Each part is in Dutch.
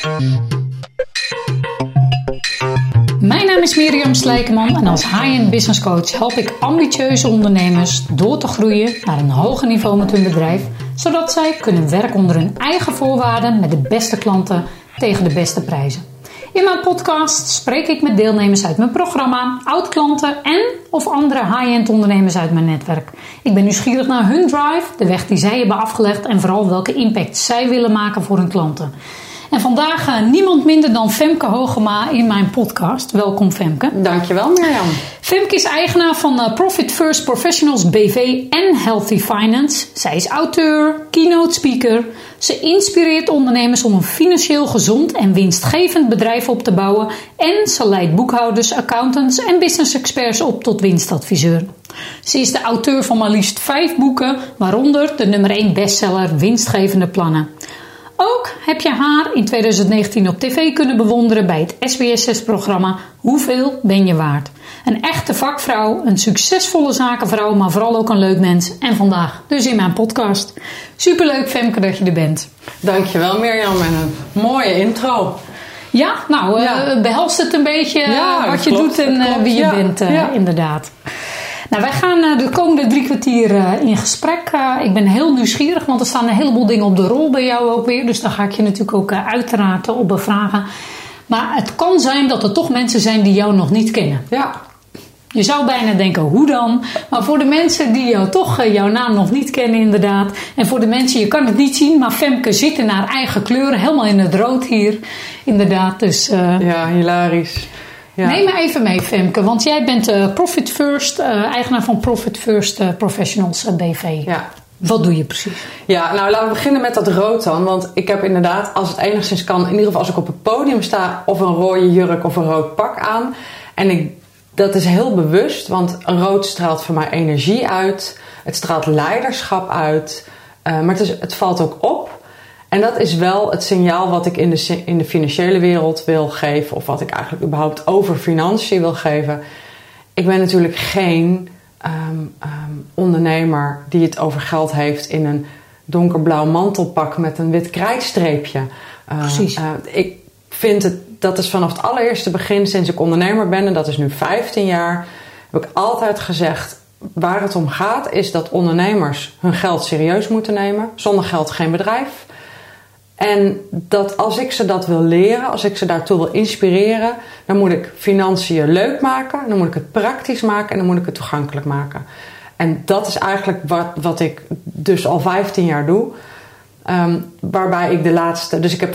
Mijn naam is Mirjam Slijkeman en als high-end business coach help ik ambitieuze ondernemers door te groeien naar een hoger niveau met hun bedrijf, zodat zij kunnen werken onder hun eigen voorwaarden met de beste klanten tegen de beste prijzen. In mijn podcast spreek ik met deelnemers uit mijn programma, oud-klanten en of andere high-end ondernemers uit mijn netwerk. Ik ben nieuwsgierig naar hun drive, de weg die zij hebben afgelegd en vooral welke impact zij willen maken voor hun klanten. En vandaag niemand minder dan Femke Hogema in mijn podcast. Welkom Femke. Dankjewel Mirjam. Femke is eigenaar van Profit First Professionals BV en Healthy Finance. Zij is auteur, keynote speaker. Ze inspireert ondernemers om een financieel gezond en winstgevend bedrijf op te bouwen. En ze leidt boekhouders, accountants en business experts op tot winstadviseur. Ze is de auteur van maar liefst 5 boeken, waaronder de nummer 1 bestseller Winstgevende Plannen. Ook heb je haar in 2019 op tv kunnen bewonderen bij het SBS6-programma Hoeveel ben je waard? Een echte vakvrouw, een succesvolle zakenvrouw, maar vooral ook een leuk mens. En vandaag dus in mijn podcast. Superleuk Femke dat je er bent. Dankjewel Mirjam en een mooie intro. Ja, nou behelst het een beetje wat je doet en wie je bent inderdaad. Nou, wij gaan de komende 3 kwartier in gesprek. Ik ben heel nieuwsgierig, want er staan een heleboel dingen op de rol bij jou ook weer. Dus daar ga ik je natuurlijk ook uiteraard op bevragen. Maar het kan zijn dat er toch mensen zijn die jou nog niet kennen. Ja. Je zou bijna denken, hoe dan? Maar voor de mensen die jou toch jouw naam nog niet kennen inderdaad. En voor de mensen, je kan het niet zien, maar Femke zit in haar eigen kleuren. Helemaal in het rood hier, inderdaad. Dus, ja, hilarisch. Ja. Neem me even mee Femke, want jij bent Profit First, eigenaar van Profit First Professionals BV. Ja. Wat doe je precies? Ja, nou laten we beginnen met dat rood dan. Want ik heb inderdaad, als het enigszins kan, in ieder geval als ik op het podium sta, of een rode jurk of een rood pak aan. En dat is heel bewust, want rood straalt voor mij energie uit. Het straalt leiderschap uit. Maar het valt ook op. En dat is wel het signaal wat ik in de financiële wereld wil geven. Of wat ik eigenlijk überhaupt over financiën wil geven. Ik ben natuurlijk geen ondernemer die het over geld heeft in een donkerblauw mantelpak met een wit krijtstreepje. Precies. Ik vind dat is vanaf het allereerste begin sinds ik ondernemer ben. En dat is nu 15 jaar. Heb ik altijd gezegd. Waar het om gaat is dat ondernemers hun geld serieus moeten nemen. Zonder geld geen bedrijf. En dat als ik ze dat wil leren, als ik ze daartoe wil inspireren, dan moet ik financiën leuk maken, dan moet ik het praktisch maken en dan moet ik het toegankelijk maken. En dat is eigenlijk wat ik dus al 15 jaar doe. Waarbij ik dus ik heb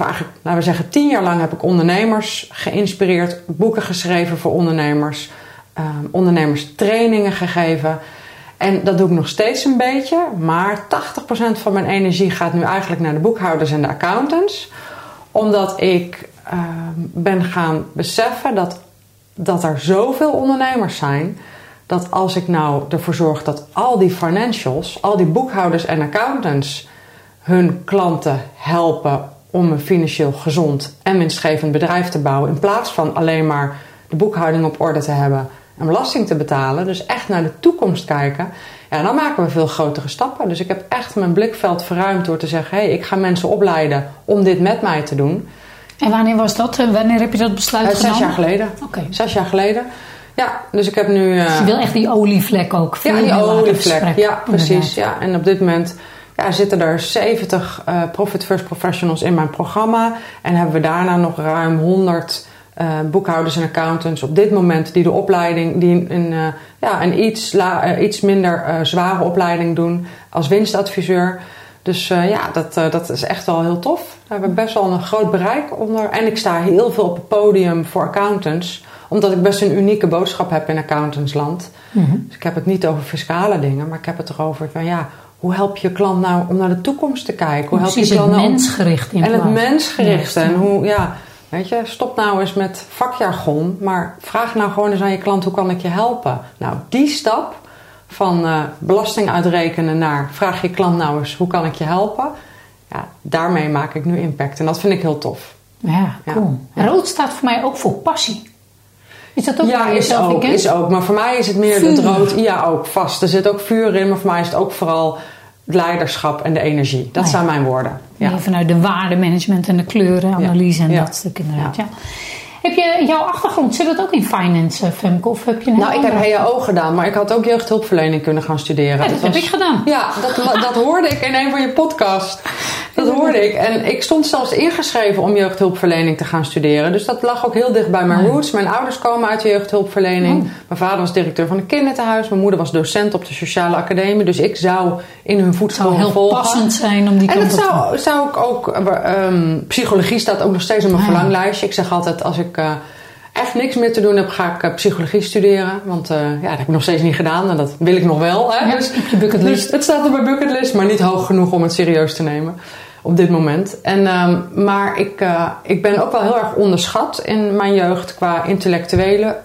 10 jaar lang heb ik ondernemers geïnspireerd, boeken geschreven voor ondernemers, ondernemerstrainingen gegeven. En dat doe ik nog steeds een beetje. Maar 80% van mijn energie gaat nu eigenlijk naar de boekhouders en de accountants. Omdat ik ben gaan beseffen dat er zoveel ondernemers zijn. Dat als ik nou ervoor zorg dat al die financials, al die boekhouders en accountants hun klanten helpen om een financieel gezond en winstgevend bedrijf te bouwen. In plaats van alleen maar de boekhouding op orde te hebben en belasting te betalen, dus echt naar de toekomst kijken, ja, dan maken we veel grotere stappen. Dus ik heb echt mijn blikveld verruimd door te zeggen, ik ga mensen opleiden om dit met mij te doen. En wanneer was dat? Wanneer heb je dat besluit genomen? 6 jaar geleden. Okay. 6 jaar geleden. Ja, dus ik heb nu... Dus je wil echt die olievlek ook. Ja, die olievlek. Ja, precies. Ja. En op dit moment zitten er 70 Profit First Professionals in mijn programma. En hebben we daarna nog ruim 100... boekhouders en accountants op dit moment die de opleiding, die een iets minder zware opleiding doen als winstadviseur. Dus dat is echt wel heel tof. We hebben best wel een groot bereik onder. En ik sta heel veel op het podium voor accountants, omdat ik best een unieke boodschap heb in accountantsland. Mm-hmm. Dus ik heb het niet over fiscale dingen, maar ik heb het erover van hoe help je klant nou om naar de toekomst te kijken? Hoe help je klant het mensgericht in plaats. En het mensgerichte. En weet je, stop nou eens met vakjargon, maar vraag nou gewoon eens aan je klant, hoe kan ik je helpen? Nou, die stap van belasting uitrekenen naar vraag je klant nou eens, hoe kan ik je helpen? Ja, daarmee maak ik nu impact en dat vind ik heel tof. Ja, cool. Ja. Rood staat voor mij ook voor passie. Is dat ook waar je zelf in is ook. Maar voor mij is het meer het rood. Ja, ook vast. Er zit ook vuur in, maar voor mij is het ook vooral het leiderschap en de energie. Dat zijn mijn woorden. Ja. Vanuit de waardemanagement en de kleurenanalyse en dat stuk inderdaad. Ja. Heb je jouw achtergrond, zit dat ook in finance, Femke? Of heb je ik heb HAO gedaan, maar ik had ook jeugdhulpverlening kunnen gaan studeren. Ja, dat heb ik gedaan. Ja, dat hoorde ik in een van je podcasts. Dat hoorde ik. En ik stond zelfs ingeschreven om jeugdhulpverlening te gaan studeren. Dus dat lag ook heel dicht bij mijn roots. Mijn ouders komen uit de jeugdhulpverlening. Mijn vader was directeur van een kinderthuis. Mijn moeder was docent op de sociale academie. Dus ik zou in hun voetsporen volgen. Het zou heel passend zijn om die kant te gaan. En dat zou ik ook... psychologie staat ook nog steeds op mijn verlanglijstje. Ik zeg altijd, als ik echt niks meer te doen heb, ga ik psychologie studeren. Want dat heb ik nog steeds niet gedaan. En dat wil ik nog wel. Hè? Ja, op je bucketlist. Dus het staat op mijn bucketlist, maar niet hoog genoeg om het serieus te nemen. Op dit moment. Maar ik ben ook wel heel erg onderschat in mijn jeugd qua intellectuele...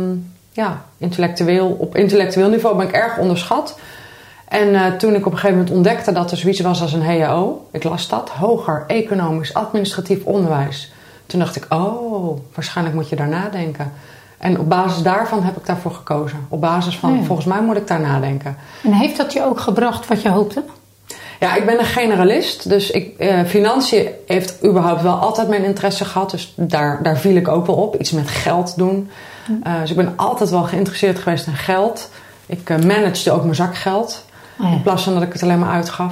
op intellectueel niveau ben ik erg onderschat. En toen ik op een gegeven moment ontdekte dat er zoiets was als een HAO... ik las dat, hoger economisch administratief onderwijs... Toen dacht ik, waarschijnlijk moet je daar nadenken. En op basis daarvan heb ik daarvoor gekozen. Op basis van, volgens mij moet ik daar nadenken. En heeft dat je ook gebracht wat je hoopte? Ja, ik ben een generalist. Dus financiën heeft überhaupt wel altijd mijn interesse gehad. Dus daar viel ik ook wel op. Iets met geld doen. Dus ik ben altijd wel geïnteresseerd geweest in geld. Ik managede ook mijn zakgeld. In plaats van dat ik het alleen maar uitgaf.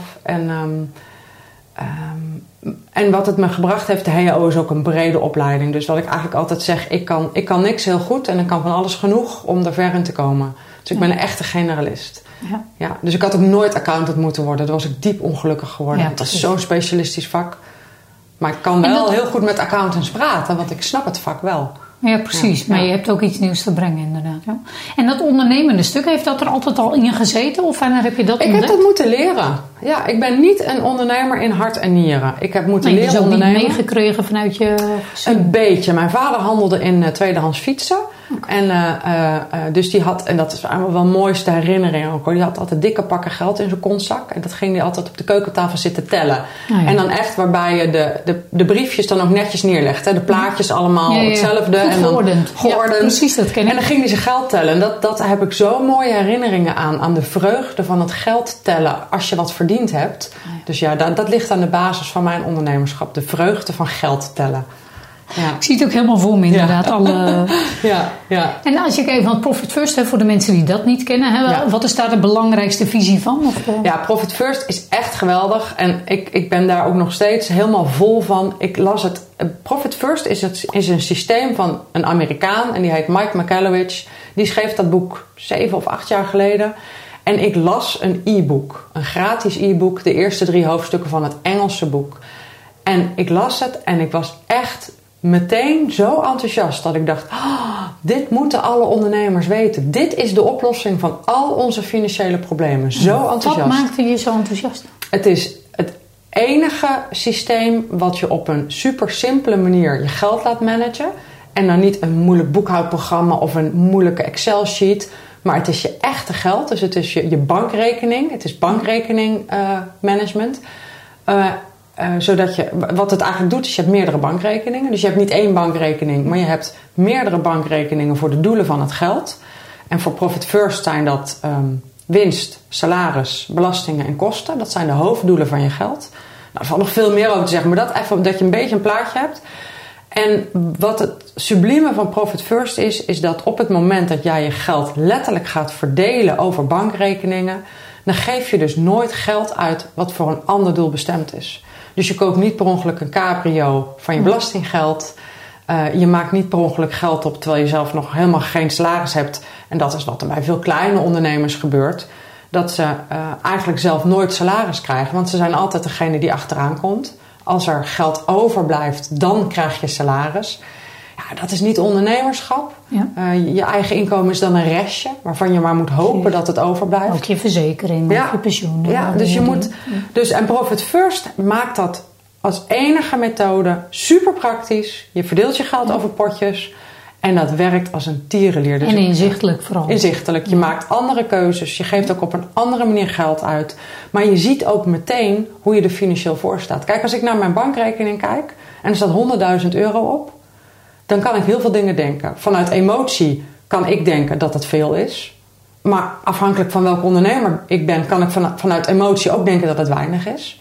En wat het me gebracht heeft, de HAO is ook een brede opleiding. Dus wat ik eigenlijk altijd zeg, ik kan niks heel goed en ik kan van alles genoeg om er ver in te komen. Dus ik ben een echte generalist. Ja, dus ik had ook nooit accountant moeten worden. Daar was ik diep ongelukkig geworden. Het was zo'n specialistisch vak. Maar ik kan wel heel goed met accountants praten, want ik snap het vak wel. Ja, precies. Maar je hebt ook iets nieuws te brengen, inderdaad. Ja. En dat ondernemende stuk, heeft dat er altijd al in gezeten? Of wanneer heb je dat ontdekt? Ik heb dat moeten leren. Ja, ik ben niet een ondernemer in hart en nieren. Ik heb moeten leren ondernemen. Niet meegekregen vanuit je gezin? Een beetje. Mijn vader handelde in tweedehands fietsen. Okay. En dus die had, en dat is allemaal wel mooiste herinnering ook hoor. Die had altijd dikke pakken geld in zijn kontzak. En dat ging hij altijd op de keukentafel zitten tellen. En dan echt waarbij je de briefjes dan ook netjes neerlegt. Hè? De plaatjes allemaal hetzelfde. Goed geordend. Ja, precies, dat ken ik. En dan ging hij zijn geld tellen. En dat heb ik zo mooie herinneringen aan de vreugde van het geld tellen als je wat verdiend hebt. Dus dat ligt aan de basis van mijn ondernemerschap. De vreugde van geld tellen. Ja. Ik zie het ook helemaal voor me inderdaad. Ja. En als je even van Profit First, voor de mensen die dat niet kennen, wat is daar de belangrijkste visie van? Ja, Profit First is echt geweldig. En ik ben daar ook nog steeds helemaal vol van. Ik las het. Profit First is een systeem van een Amerikaan. En die heet Mike Michalowicz. Die schreef dat boek 7 of 8 jaar geleden. En ik las een e-book. Een gratis e-book. De eerste 3 hoofdstukken van het Engelse boek. En ik las het en ik was echt meteen zo enthousiast dat ik dacht, dit moeten alle ondernemers weten. Dit is de oplossing van al onze financiële problemen. Zo enthousiast. Wat maakte je zo enthousiast? Het is het enige systeem wat je op een super simpele manier je geld laat managen. En dan niet een moeilijk boekhoudprogramma of een moeilijke Excel sheet. Maar het is je echte geld. Dus het is je bankrekening. Het is bankrekening management. Zodat wat het eigenlijk doet, is je hebt meerdere bankrekeningen. Dus je hebt niet 1 bankrekening, maar je hebt meerdere bankrekeningen voor de doelen van het geld. En voor Profit First zijn dat winst, salaris, belastingen en kosten. Dat zijn de hoofddoelen van je geld. Nou, er valt nog veel meer over te zeggen, maar dat je een beetje een plaatje hebt. En wat het sublieme van Profit First is dat op het moment dat jij je geld letterlijk gaat verdelen over bankrekeningen, dan geef je dus nooit geld uit wat voor een ander doel bestemd is. Dus je koopt niet per ongeluk een cabrio van je belastinggeld. Je maakt niet per ongeluk geld op terwijl je zelf nog helemaal geen salaris hebt. En dat is wat er bij veel kleine ondernemers gebeurt. Dat ze eigenlijk zelf nooit salaris krijgen. Want ze zijn altijd degene die achteraan komt. Als er geld overblijft, dan krijg je salaris. Ja, dat is niet ondernemerschap. Ja. Je eigen inkomen is dan een restje waarvan je maar moet hopen dat het overblijft. Ook je verzekering, je pensioen. Ja, dus je moet. En Profit First maakt dat als enige methode super praktisch. Je verdeelt je geld over potjes. En dat werkt als een tierenlier. Dus en inzichtelijk vooral. Inzichtelijk. Je maakt andere keuzes. Je geeft ook op een andere manier geld uit. Maar je ziet ook meteen hoe je er financieel voor staat. Kijk, als ik naar mijn bankrekening kijk en er staat €100.000 op, dan kan ik heel veel dingen denken. Vanuit emotie kan ik denken dat het veel is. Maar afhankelijk van welke ondernemer ik ben, kan ik vanuit emotie ook denken dat het weinig is.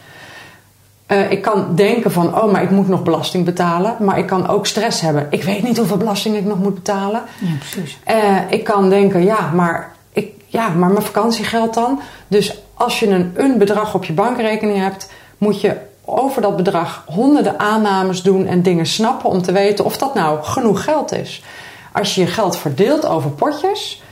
Ik kan denken van, maar ik moet nog belasting betalen. Maar ik kan ook stress hebben. Ik weet niet hoeveel belasting ik nog moet betalen. Ja, precies. Ik kan denken, maar mijn vakantiegeld dan. Dus als je een bedrag op je bankrekening hebt, moet je over dat bedrag honderden aannames doen en dingen snappen om te weten of dat nou genoeg geld is. Als je je geld verdeelt over potjes,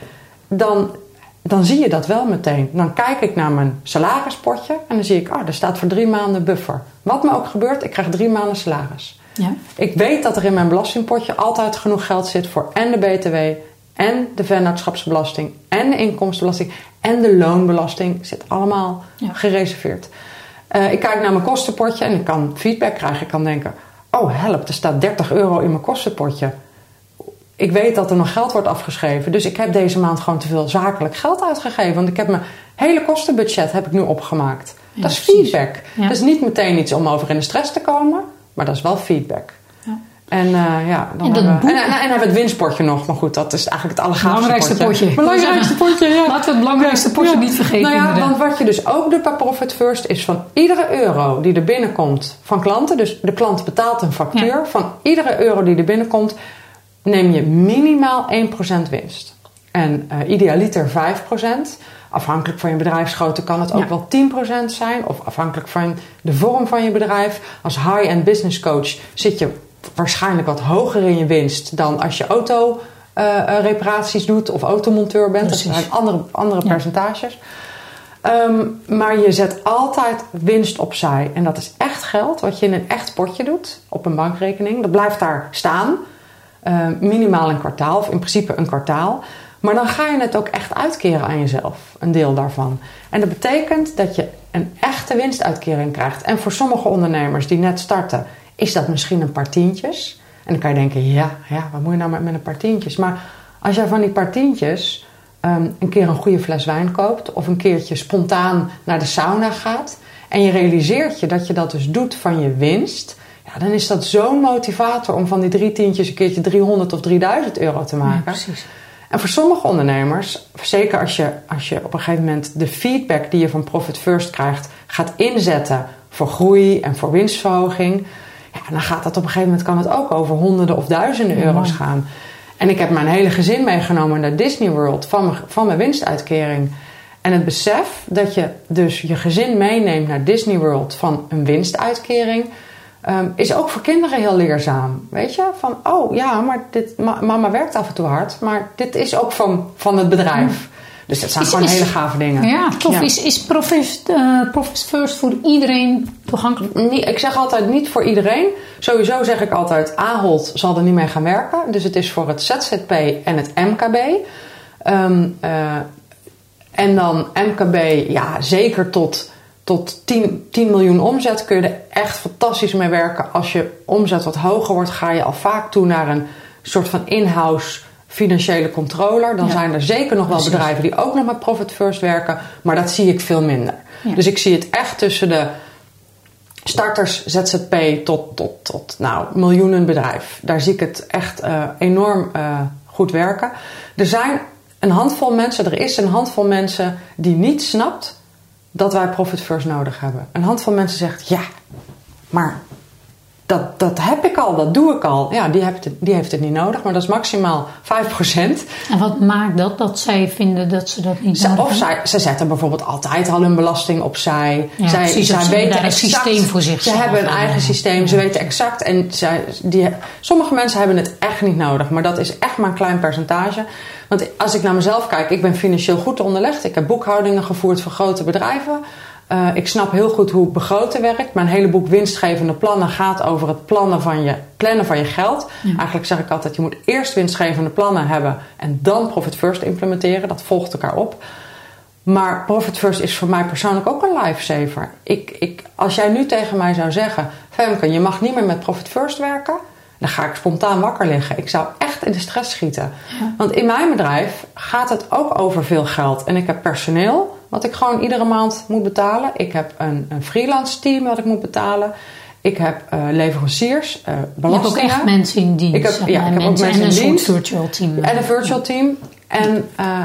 dan zie je dat wel meteen. Dan kijk ik naar mijn salarispotje en dan zie ik, er staat voor 3 maanden buffer. Wat me ook gebeurt, ik krijg 3 maanden salaris. Ja. Ik weet dat er in mijn belastingpotje altijd genoeg geld zit voor en de BTW en de vennootschapsbelasting en de inkomstenbelasting en de loonbelasting. Zit allemaal gereserveerd. Ik kijk naar mijn kostenpotje en ik kan feedback krijgen. Ik kan denken, help, er staat €30 in mijn kostenpotje. Ik weet dat er nog geld wordt afgeschreven. Dus ik heb deze maand gewoon te veel zakelijk geld uitgegeven. Want ik heb mijn hele kostenbudget heb ik nu opgemaakt. Ja, dat is feedback. Ja. Dat is niet meteen iets om over in de stress te komen. Maar dat is wel feedback. Ja. En hebben we het winstpotje nog. Maar goed, dat is eigenlijk het allergaafste potje. Belangrijkste potje, ja. Laten we het belangrijkste potje niet vergeten. Want wat je dus ook doet bij Profit First is van iedere euro die er binnenkomt van klanten. Dus de klant betaalt een factuur. Ja. Van iedere euro die er binnenkomt neem je minimaal 1% winst. En idealiter 5%. Afhankelijk van je bedrijfsgrootte kan het ook wel 10% zijn. Of afhankelijk van de vorm van je bedrijf. Als high-end business coach zit je waarschijnlijk wat hoger in je winst dan als je autoreparaties doet of automonteur bent. Precies. Dat zijn andere percentages. Maar je zet altijd winst opzij. En dat is echt geld wat je in een echt potje doet op een bankrekening. Dat blijft daar staan. Minimaal een kwartaal of in principe een kwartaal. Maar dan ga je het ook echt uitkeren aan jezelf. Een deel daarvan. En dat betekent dat je een echte winstuitkering krijgt. En voor sommige ondernemers die net starten is dat misschien een paar tientjes. En dan kan je denken, wat moet je nou met een paar tientjes? Maar als jij van die paar tientjes een keer een goede fles wijn koopt. Of een keertje spontaan naar de sauna gaat. En je realiseert je dat je dat dus doet van je winst. Ja, dan is dat zo'n motivator om van die 3 tientjes een keertje 300 of 3000 euro te maken. Ja, precies. En voor sommige ondernemers, zeker als je op een gegeven moment de feedback die je van Profit First krijgt, gaat inzetten voor groei en voor winstverhoging. Ja, dan gaat dat op een gegeven moment, kan het ook over honderden of duizenden euro's gaan. En ik heb mijn hele gezin meegenomen naar Disney World van mijn winstuitkering. En het besef dat je dus je gezin meeneemt naar Disney World van een winstuitkering, is ook voor kinderen heel leerzaam. Weet je? Van, maar mama werkt af en toe hard, maar dit is ook van het bedrijf. Dus dat zijn gewoon hele gave dingen. Ja, tof. Ja. Is Profit First voor iedereen toegankelijk? Nee, ik zeg altijd niet voor iedereen. Sowieso zeg ik altijd, Ahold zal er niet mee gaan werken. Dus het is voor het ZZP en het MKB. En dan MKB, zeker tot 10 miljoen omzet kun je er echt fantastisch mee werken. Als je omzet wat hoger wordt, ga je al vaak toe naar een soort van in-house financiële controller. Dan zijn er zeker nog wel bedrijven die ook nog met Profit First werken. Maar dat zie ik veel minder. Ja. Dus ik zie het echt tussen de starters ZZP tot miljoenen bedrijf. Daar zie ik het echt enorm goed werken. Er is een handvol mensen die niet snapt dat wij Profit First nodig hebben. Een handvol mensen zegt, maar dat heb ik al, dat doe ik al. Ja, die heeft het niet nodig, maar dat is maximaal 5%. En wat maakt dat zij vinden dat ze dat niet nodig hebben? Ze zetten bijvoorbeeld altijd al hun belasting opzij. Ja, zij weten een systeem voor zichzelf. Ze hebben een eigen systeem, ze weten exact. En sommige mensen hebben het echt niet nodig, maar dat is echt maar een klein percentage. Want als ik naar mezelf kijk, ik ben financieel goed onderlegd. Ik heb boekhoudingen gevoerd voor grote bedrijven. Ik snap heel goed hoe begroten werkt. Mijn hele boek Winstgevende Plannen gaat over het plannen van je geld. Ja. Eigenlijk zeg ik altijd, je moet eerst winstgevende plannen hebben en dan Profit First implementeren. Dat volgt elkaar op. Maar Profit First is voor mij persoonlijk ook een lifesaver. Als jij nu tegen mij zou zeggen, Femke, je mag niet meer met Profit First werken, dan ga ik spontaan wakker liggen. Ik zou echt in de stress schieten. Ja. Want in mijn bedrijf gaat het ook over veel geld. En ik heb personeel wat ik gewoon iedere maand moet betalen. Ik heb een freelance team wat ik moet betalen. Ik heb leveranciers, belastingen. Je hebt ook echt mensen in dienst. Ik heb ook mensen in dienst. En een virtual team. En een virtual team. En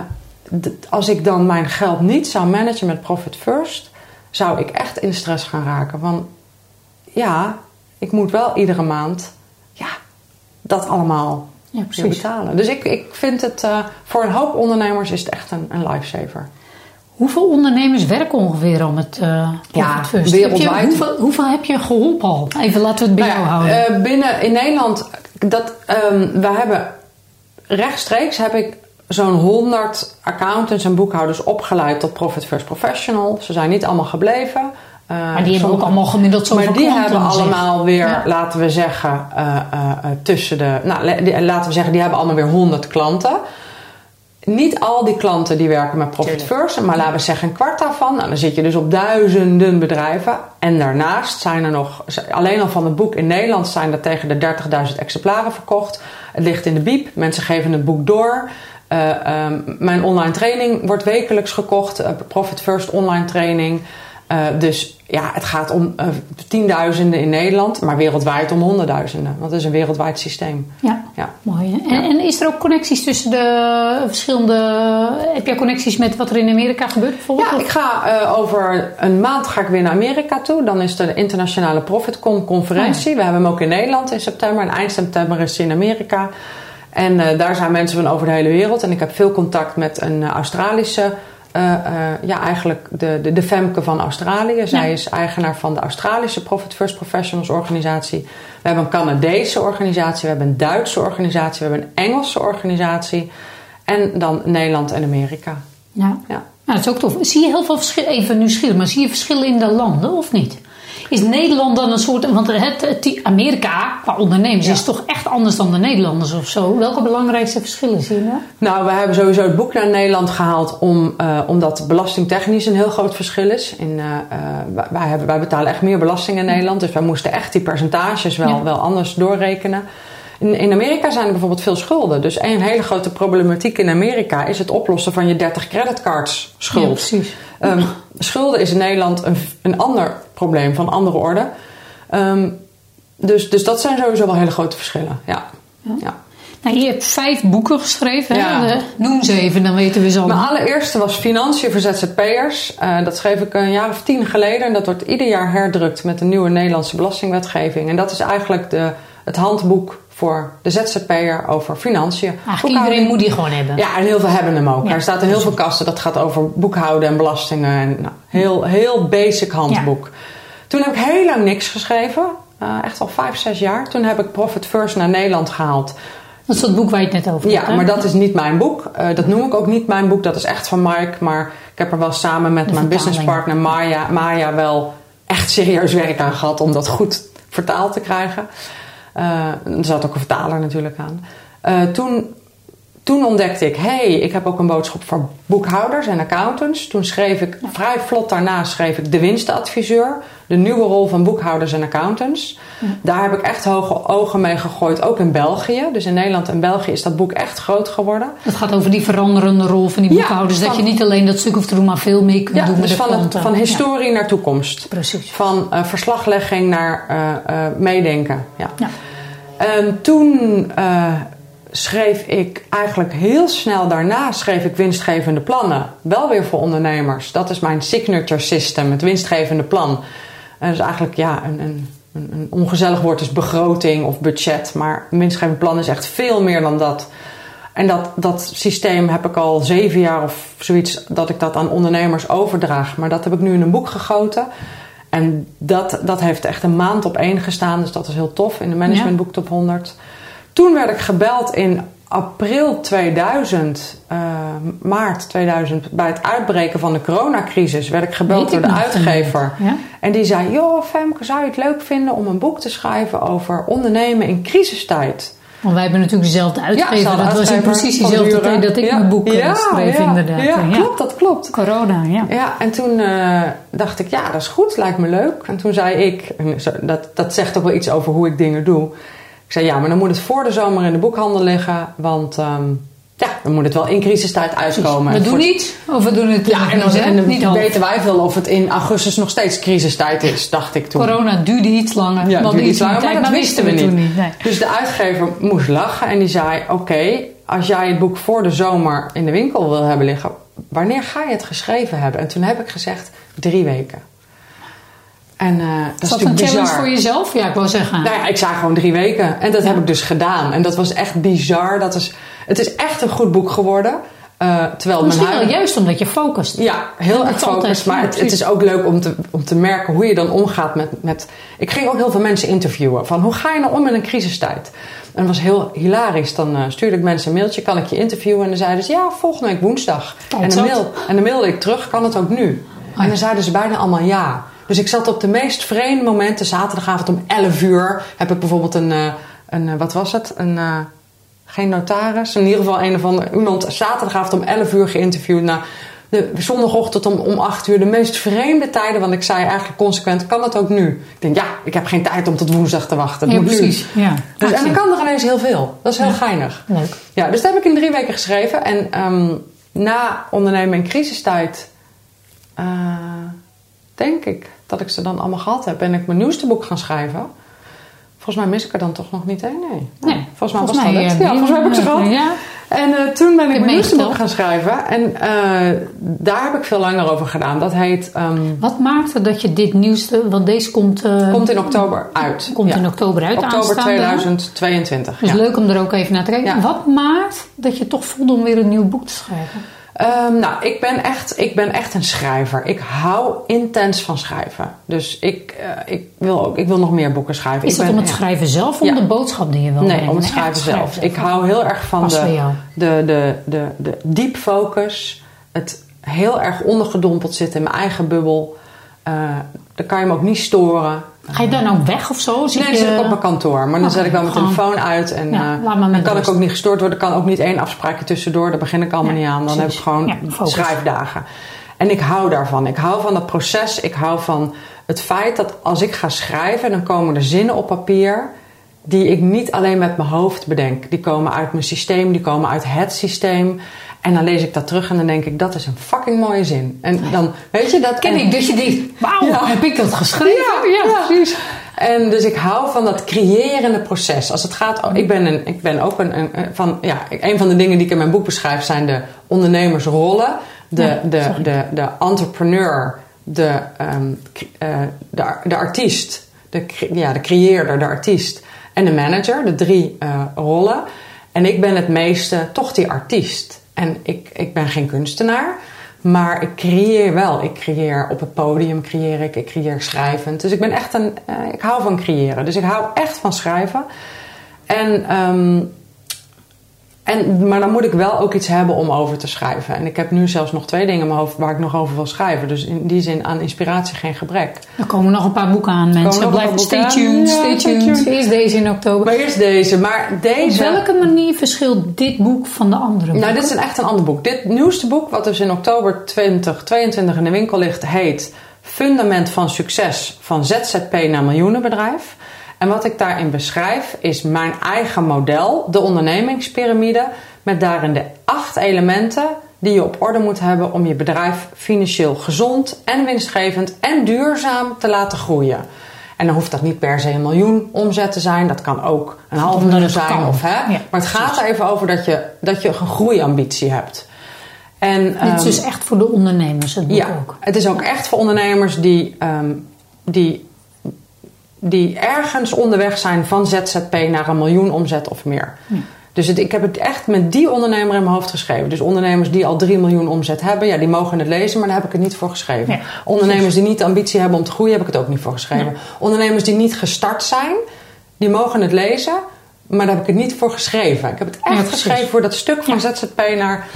als ik dan mijn geld niet zou managen met Profit First, zou ik echt in stress gaan raken. Want ja, ik moet wel iedere maand dat allemaal betalen. Dus ik vind het voor een hoop ondernemers is het echt een lifesaver. Hoeveel ondernemers werken ongeveer al met Profit First? Wereldwijd. Hoeveel heb je geholpen al? Even laten we het bij jou houden. In Nederland, we hebben rechtstreeks zo'n 100 accountants en boekhouders opgeleid tot Profit First Professional. Ze zijn niet allemaal gebleven. Maar die hebben ook allemaal gemiddeld zoveel klanten. Maar die hebben allemaal weer, laten we zeggen, die hebben allemaal weer 100 klanten. Niet al die klanten die werken met Profit First, maar laten we zeggen een kwart daarvan. Nou, dan zit je dus op duizenden bedrijven. En daarnaast zijn er nog, alleen al van het boek in Nederland zijn er tegen de 30.000 exemplaren verkocht. Het ligt in de bieb, mensen geven het boek door. Mijn online training wordt wekelijks gekocht, Profit First online training. Dus ja, het gaat om tienduizenden in Nederland, maar wereldwijd om honderdduizenden. Want het is een wereldwijd systeem. Ja. Mooi. En is er ook connecties tussen de verschillende... Heb jij connecties met wat er in Amerika gebeurt bijvoorbeeld? Ja, ik ga over een maand weer naar Amerika toe. Dan is er de internationale ProfitCon conferentie. We hebben hem ook in Nederland in september. En eind september is hij in Amerika. En daar zijn mensen van over de hele wereld. En ik heb veel contact met een Australische... eigenlijk de Femke van Australië. Zij is eigenaar van de Australische Profit First Professionals organisatie. We hebben een Canadese organisatie. We hebben een Duitse organisatie. We hebben een Engelse organisatie. En dan Nederland en Amerika. Ja. Nou, dat is ook tof. Zie je heel veel verschillen, even nieuwsgierig, maar zie je verschillen in de landen of niet? Is Nederland dan een soort... Want Amerika, qua ondernemers, is toch echt anders dan de Nederlanders of zo? Welke belangrijkste verschillen zie je daar? Nou, we hebben sowieso het boek naar Nederland gehaald omdat belastingtechnisch een heel groot verschil is. Wij betalen echt meer belasting in Nederland, dus wij moesten echt die percentages wel anders doorrekenen. In Amerika zijn er bijvoorbeeld veel schulden. Dus een hele grote problematiek in Amerika is het oplossen van je 30 creditcards schuld. Ja, precies. Schulden is in Nederland een ander probleem van andere orde. Dus dat zijn sowieso wel hele grote verschillen. Ja. Nou, je hebt 5 boeken geschreven. Hè? Noem ze even, dan weten we ze al. Mijn allereerste was Financiën voor ZZP'ers. Dat schreef ik een jaar of 10 geleden. En dat wordt ieder jaar herdrukt met de nieuwe Nederlandse belastingwetgeving. En dat is eigenlijk het handboek voor de ZZP'er over financiën. Iedereen moet die gewoon hebben. Ja, en heel veel hebben hem ook. Hij staat in heel veel kasten. Dat gaat over boekhouden en belastingen. En, heel basic handboek. Toen heb ik heel lang niks geschreven. Echt al 5-6 jaar. Toen heb ik Profit First naar Nederland gehaald. Dat is dat boek waar je het net over hebt. Ja, maar dat is niet mijn boek. Dat noem ik ook niet mijn boek. Dat is echt van Mike. Maar ik heb er wel samen met mijn businesspartner Maya wel echt serieus werk aan gehad om dat goed vertaald te krijgen. Er zat ook een vertaler natuurlijk aan. Toen ontdekte ik, ik heb ook een boodschap voor boekhouders en accountants. Toen schreef ik, vrij vlot daarna de winstadviseur. De nieuwe rol van boekhouders en accountants. Daar heb ik echt hoge ogen mee gegooid, ook in België. Dus in Nederland en België is dat boek echt groot geworden. Het gaat over die veranderende rol van die boekhouders. Dat je niet alleen dat stuk hoeft te doen, maar veel meer kunt doen met de klanten. Van historie naar toekomst. Precies. Van verslaglegging naar meedenken. Toen schreef ik eigenlijk heel snel daarna winstgevende plannen. Wel weer voor ondernemers. Dat is mijn signature system, het winstgevende plan. Dus eigenlijk een ongezellig woord is begroting of budget. Maar een winstgevend plan is echt veel meer dan dat. En dat systeem heb ik al 7 jaar of zoiets dat ik dat aan ondernemers overdraag. Maar dat heb ik nu in een boek gegoten. En dat heeft echt een maand op 1 gestaan. Dus dat is heel tof in de Managementboek Top 100. Toen werd ik gebeld in april 2000, maart 2000, bij het uitbreken van de coronacrisis, werd ik gebeld door de uitgever. Ja? En die zei, joh Femke, zou je het leuk vinden om een boek te schrijven over ondernemen in crisistijd? Want wij hebben natuurlijk dezelfde uitgever. Dat was in precies diezelfde tijd dat ik mijn boek schreef inderdaad. Ja, dat klopt. Corona, Ja, en toen dacht ik, dat is goed, lijkt me leuk. En toen zei ik, dat zegt ook wel iets over hoe ik dingen doe. Ik zei, maar dan moet het voor de zomer in de boekhandel liggen. Want dan moet het wel in crisistijd uitkomen. We doen niet, of we doen het niet weten wij veel of het in augustus nog steeds crisistijd is, dacht ik toen. Corona duurde iets langer. Maar dat wisten we niet. Toen niet. Nee. Dus de uitgever moest lachen en die zei, oké, als jij het boek voor de zomer in de winkel wil hebben liggen, wanneer ga je het geschreven hebben? En toen heb ik gezegd 3 weken. En dat is een challenge bizar. voor jezelf? Ja, ik wou zeggen. Nou ja, ik zei gewoon 3 weken. En dat heb ik dus gedaan. En dat was echt bizar. Het is echt een goed boek geworden. Terwijl misschien wel juist omdat je focust. Ja, heel erg focust. Maar het is ook leuk om te merken hoe je dan omgaat met... Ik ging ook heel veel mensen interviewen. Van hoe ga je nou om in een crisistijd? En dat was heel hilarisch. Dan stuurde ik mensen een mailtje. Kan ik je interviewen? En dan zeiden ze ja, volgende week woensdag. En dan mailde ik terug. Kan het ook nu? En dan zeiden ze bijna allemaal ja. Dus ik zat op de meest vreemde momenten. Zaterdagavond om 11 uur heb ik bijvoorbeeld wat was het? Geen notaris. In ieder geval iemand zaterdagavond om 11 uur geïnterviewd. Nou, de zondagochtend om 8 uur. De meest vreemde tijden. Want ik zei eigenlijk consequent, kan het ook nu? Ik denk, ja, ik heb geen tijd om tot woensdag te wachten. Ja, precies. Ja. Dus, en dan kan er ineens heel veel. Dat is heel geinig. Leuk. Ja, dus dat heb ik in 3 weken geschreven. En na ondernemen in crisistijd... denk ik dat ik ze dan allemaal gehad heb. Ben ik mijn nieuwste boek gaan schrijven. Volgens mij mis ik er dan toch nog niet één. Nee. Volgens mij was het het. Ja, volgens mij heb ik ze gehad. Ja. En toen ben ik mijn nieuwste boek gaan schrijven. En daar heb ik veel langer over gedaan. Dat heet... Wat maakte dat je dit nieuwste... Want deze komt in oktober uit. In oktober uit. Oktober 2022. Dus leuk om er ook even naar te kijken. Ja. Wat maakt dat je toch voelde om weer een nieuw boek te schrijven? Nou, ik ben echt een schrijver. Ik hou intens van schrijven. Dus ik wil nog meer boeken schrijven. Is het om het schrijven zelf of om de boodschap die je wil brengen? Nee, om het schrijven zelf. Ik hou heel erg van de diep focus. Het heel erg ondergedompeld zitten in mijn eigen bubbel. Dan kan je me ook niet storen. Ga je daar nou weg of zo? Dan zit ik op mijn kantoor. Maar dan zet ik wel mijn telefoon uit. En dan kan ik ook niet gestoord worden. Er kan ook niet 1 afspraakje tussendoor. Daar begin ik allemaal niet aan. Dan heb ik gewoon schrijfdagen. En ik hou daarvan. Ik hou van dat proces. Ik hou van het feit dat als ik ga schrijven... dan komen er zinnen op papier... die ik niet alleen met mijn hoofd bedenk. Die komen uit mijn systeem. Die komen uit het systeem. En dan lees ik dat terug en dan denk ik, dat is een fucking mooie zin. En dan, weet je, dat... Ken ik, dus je denkt, wauw, heb ik dat geschreven? Ja, precies. En dus ik hou van dat creërende proces. Als het gaat, ik ben ook een van de dingen die ik in mijn boek beschrijf zijn de ondernemersrollen. De entrepreneur, de artiest, de creëerder, de artiest en de manager. De 3 rollen. En ik ben het meeste toch die artiest. En ik ben geen kunstenaar, maar ik creëer wel. Ik creëer op het podium, ik creëer schrijvend. Dus ik ben echt ik hou van creëren. Dus ik hou echt van schrijven. Maar dan moet ik wel ook iets hebben om over te schrijven. En ik heb nu zelfs nog 2 dingen in mijn hoofd waar ik nog over wil schrijven. Dus in die zin aan inspiratie geen gebrek. Er komen nog een paar boeken aan, mensen. Stay tuned. Eerst deze in oktober. Maar eerst deze. Op welke manier verschilt dit boek van de andere boeken? Nou, dit is echt een ander boek. Dit nieuwste boek, wat dus in oktober 2022 in de winkel ligt, heet Fundament van Succes van ZZP naar miljoenenbedrijf. En wat ik daarin beschrijf is mijn eigen model, de ondernemingspyramide, met daarin de 8 elementen die je op orde moet hebben om je bedrijf financieel gezond en winstgevend en duurzaam te laten groeien. En dan hoeft dat niet per se 1 miljoen omzet te zijn, dat kan ook 500.000 zijn. Maar het gaat er even over dat je een groeiambitie hebt. En, dit is dus echt voor de ondernemers, het boek ook. Het is ook echt voor ondernemers die ergens onderweg zijn van ZZP naar 1 miljoen omzet of meer. Ja. Dus ik heb het echt met die ondernemer in mijn hoofd geschreven. Dus ondernemers die al 3 miljoen omzet hebben, die mogen het lezen, maar daar heb ik het niet voor geschreven. Ja, ondernemers die niet de ambitie hebben om te groeien, heb ik het ook niet voor geschreven. Ja. Ondernemers die niet gestart zijn, die mogen het lezen, maar daar heb ik het niet voor geschreven. Ik heb het echt geschreven voor dat stuk van ZZP naar...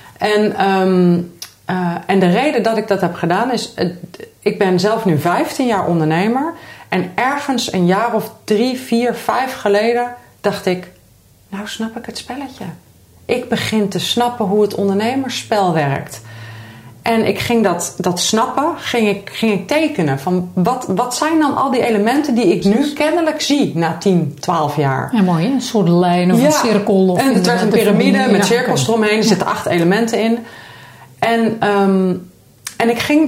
En de reden dat ik dat heb gedaan is... Ik ben zelf nu 15 jaar ondernemer. En ergens een jaar of 3, 4, 5 geleden dacht ik... Nou snap ik het spelletje. Ik begin te snappen hoe het ondernemersspel werkt. En ik ging dat snappen, ging ik tekenen. Van wat zijn dan al die elementen die ik nu kennelijk zie na 10, 12 jaar. Ja, mooi hè? Een soort lijn of een cirkel. Of en het werd een piramide met cirkels eromheen. Er zitten 8 elementen in. En ik ging dat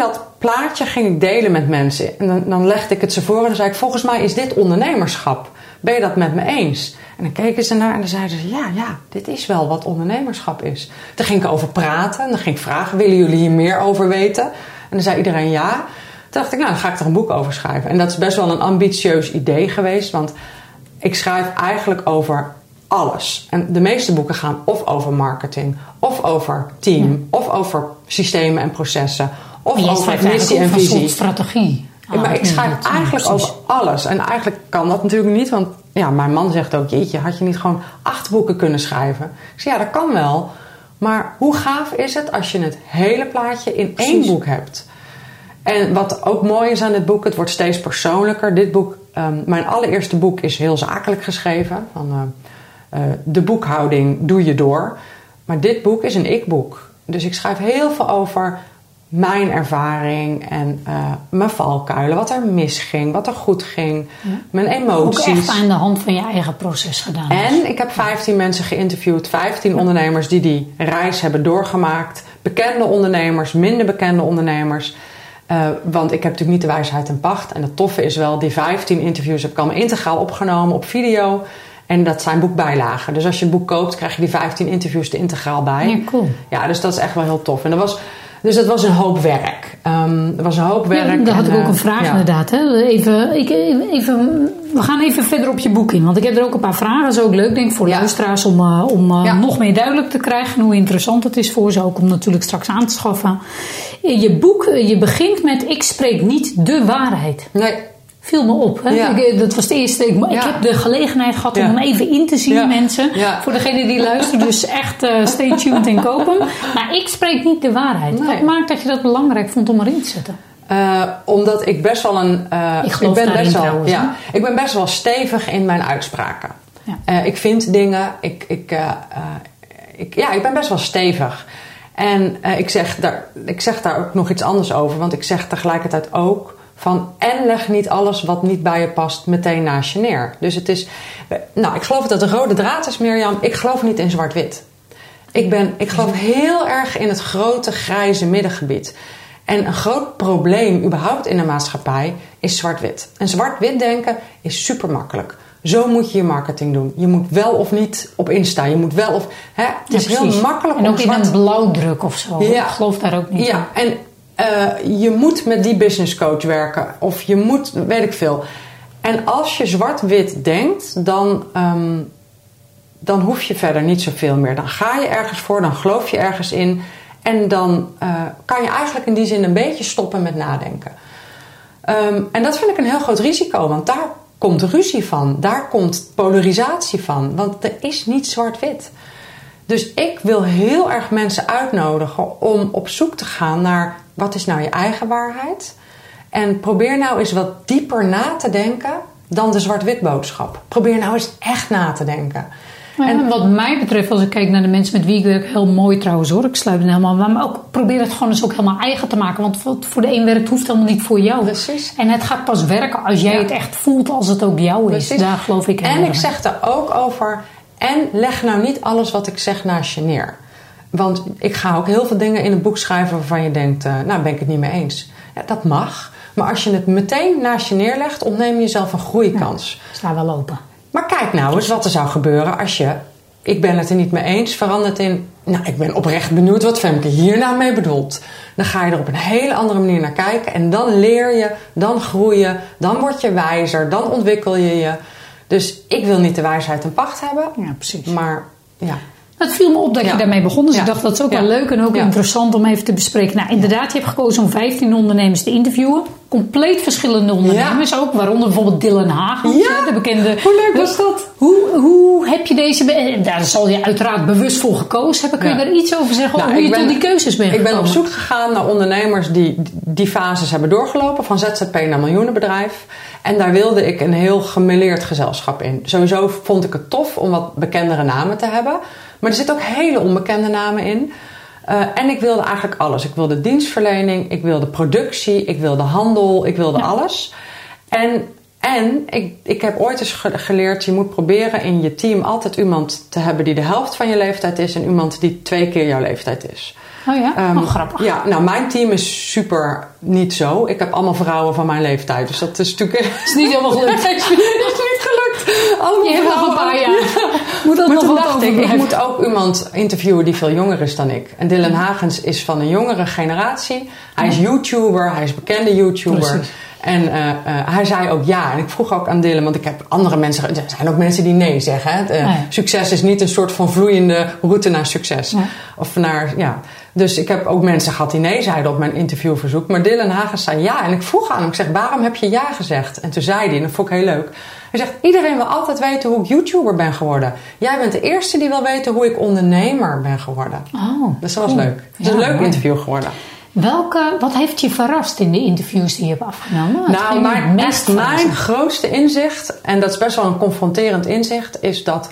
plaatje ging ik delen met mensen. En dan legde ik het ze voor en dan zei ik, volgens mij is dit ondernemerschap. Ben je dat met me eens? En dan keken ze naar en dan zeiden ze, ja, dit is wel wat ondernemerschap is. Daar ging ik over praten en dan ging ik vragen, willen jullie hier meer over weten? En dan zei iedereen ja. Toen dacht ik, dan ga ik er een boek over schrijven. En dat is best wel een ambitieus idee geweest, want ik schrijf eigenlijk over alles. En de meeste boeken gaan of over marketing, of over team, of over systemen en processen, of over missie en visie. Een soort strategie. Maar ik schrijf eigenlijk over alles. En eigenlijk kan dat natuurlijk niet, want mijn man zegt ook, jeetje, had je niet gewoon 8 boeken kunnen schrijven? Ik zeg, dat kan wel. Maar hoe gaaf is het als je het hele plaatje in één boek hebt? En wat ook mooi is aan dit boek, het wordt steeds persoonlijker. Dit boek, mijn allereerste boek is heel zakelijk geschreven. Van de boekhouding doe je door. Maar dit boek is een ik-boek. Dus ik schrijf heel veel over mijn ervaring en mijn valkuilen. Wat er misging, wat er goed ging. Mijn emoties. Ook echt aan de hand van je eigen proces gedaan. En ik heb 15 mensen geïnterviewd. 15 ondernemers die reis hebben doorgemaakt. Bekende ondernemers, minder bekende ondernemers. Want ik heb natuurlijk niet de wijsheid in pacht. En het toffe is wel, die 15 interviews heb ik allemaal integraal opgenomen op video. En dat zijn boekbijlagen. Dus als je het boek koopt, krijg je die 15 interviews er integraal bij. Ja, cool. Ja, dus dat is echt wel heel tof. En dat was een hoop werk. Daar had ik ook een vraag inderdaad. Hè? We gaan even verder op je boek in. Want ik heb er ook een paar vragen. Dat is ook leuk, denk ik, voor luisteraars om nog meer duidelijk te krijgen hoe interessant het is voor ze. Ook om natuurlijk straks aan te schaffen. Je boek, je begint met ik spreek niet de waarheid. Nee. Viel me op. Hè? Ja. Dat was het eerste. Ik heb de gelegenheid gehad om hem even in te zien, mensen. Ja. Voor degene die luisteren. Dus echt stay tuned en koop hem. Maar ik spreek niet de waarheid. Nee. Wat maakt dat je dat belangrijk vond om erin te zetten? Omdat ik best wel ik ben best wel stevig in mijn uitspraken. Ja. Ik vind dingen. Ik ben best wel stevig. En ik zeg daar ook nog iets anders over. Want ik zeg tegelijkertijd ook van, en leg niet alles wat niet bij je past meteen naast je neer. Dus het is, ik geloof dat de rode draad is, Mirjam. Ik geloof niet in zwart-wit. Ik geloof heel erg in het grote grijze middengebied. En een groot probleem überhaupt in de maatschappij is zwart-wit. En zwart-wit denken is super makkelijk. Zo moet je je marketing doen. Je moet wel of niet op Insta. Je moet wel of... Het is heel makkelijk om en ook in een blauwdruk of zo. Ja. Ik geloof daar ook niet in. En je moet met die business coach werken. Of je moet, weet ik veel. En als je zwart-wit denkt, dan hoef je verder niet zoveel meer. Dan ga je ergens voor, dan geloof je ergens in. En dan kan je eigenlijk in die zin een beetje stoppen met nadenken. En dat vind ik een heel groot risico. Want daar komt ruzie van. Daar komt polarisatie van. Want er is niet zwart-wit. Dus ik wil heel erg mensen uitnodigen om op zoek te gaan naar wat is nou je eigen waarheid. En probeer nou eens wat dieper na te denken dan de zwart-wit boodschap. Probeer nou eens echt na te denken. Ja, en wat mij betreft, als ik kijk naar de mensen met wie ik werk, heel mooi trouwens hoor, ik sluit het helemaal, maar ook probeer het gewoon eens ook helemaal eigen te maken, want wat voor de een werkt hoeft helemaal niet voor jou. Precies. En het gaat pas werken als jij het echt voelt, als het ook jou is. Precies. Daar geloof ik in. En ik zeg er ook over, en leg nou niet alles wat ik zeg naast je neer. Want ik ga ook heel veel dingen in het boek schrijven waarvan je denkt, ben ik het niet mee eens. Ja, dat mag, maar als je het meteen naast je neerlegt, ontneem je jezelf een groeikans. Ja, sta wel open. Maar kijk nou eens wat er zou gebeuren als je, ik ben het er niet mee eens, verandert in, ik ben oprecht benieuwd wat Femke hier nou mee bedoelt. Dan ga je er op een hele andere manier naar kijken en dan leer je, dan groei je, dan word je wijzer, dan ontwikkel je je. Dus ik wil niet de wijsheid in pacht hebben. Ja, precies. Maar ja. Het viel me op dat je daarmee begon. Dus ik dacht, dat is ook wel leuk en ook interessant om even te bespreken. Nou, inderdaad, je hebt gekozen om 15 ondernemers te interviewen. Compleet verschillende ondernemers ook. Waaronder bijvoorbeeld Dylan Hagens, de bekende. Hoe leuk was dat? Hoe heb je deze... Daar zal je uiteraard bewust voor gekozen hebben. Kun je daar iets over zeggen? Hoe je tot die keuzes bent gekomen? Ik ben op zoek gegaan naar ondernemers die fases hebben doorgelopen. Van ZZP naar miljoenenbedrijf. En daar wilde ik een heel gemêleerd gezelschap in. Sowieso vond ik het tof om wat bekendere namen te hebben. Maar er zitten ook hele onbekende namen in. En ik wilde eigenlijk alles. Ik wilde dienstverlening, ik wilde productie, ik wilde handel, ik wilde alles. En ik heb ooit eens geleerd, je moet proberen in je team altijd iemand te hebben die de helft van je leeftijd is en iemand die 2 keer jouw leeftijd is. Oh ja? Grappig. Ja, nou mijn team is super niet zo. Ik heb allemaal vrouwen van mijn leeftijd. Dus dat is natuurlijk... Het is niet helemaal gelukt. Het is niet gelukt. Allemaal je hebt nog een paar jaar. Maar toen dacht ik moet ook iemand interviewen die veel jonger is dan ik. En Dylan Hagens is van een jongere generatie. Hij is YouTuber, hij is bekende YouTuber. Precies. En hij zei ook ja. En ik vroeg ook aan Dylan, want ik heb andere mensen... Er zijn ook mensen die nee zeggen. Hè? Succes is niet een soort van vloeiende route naar succes. Nee. Of naar, ja. Dus ik heb ook mensen gehad die nee zeiden op mijn interviewverzoek. Maar Dylan Hagens zei ja. En ik vroeg aan hem, ik zeg, waarom heb je ja gezegd? En toen zei hij, en dat vond ik heel leuk... Hij zegt, iedereen wil altijd weten hoe ik YouTuber ben geworden. Jij bent de eerste die wil weten hoe ik ondernemer ben geworden. Oh, dus dat was leuk. Het is een leuk interview geworden. Wat heeft je verrast in de interviews die je hebt afgenomen? Nou, mijn grootste inzicht, en dat is best wel een confronterend inzicht, is dat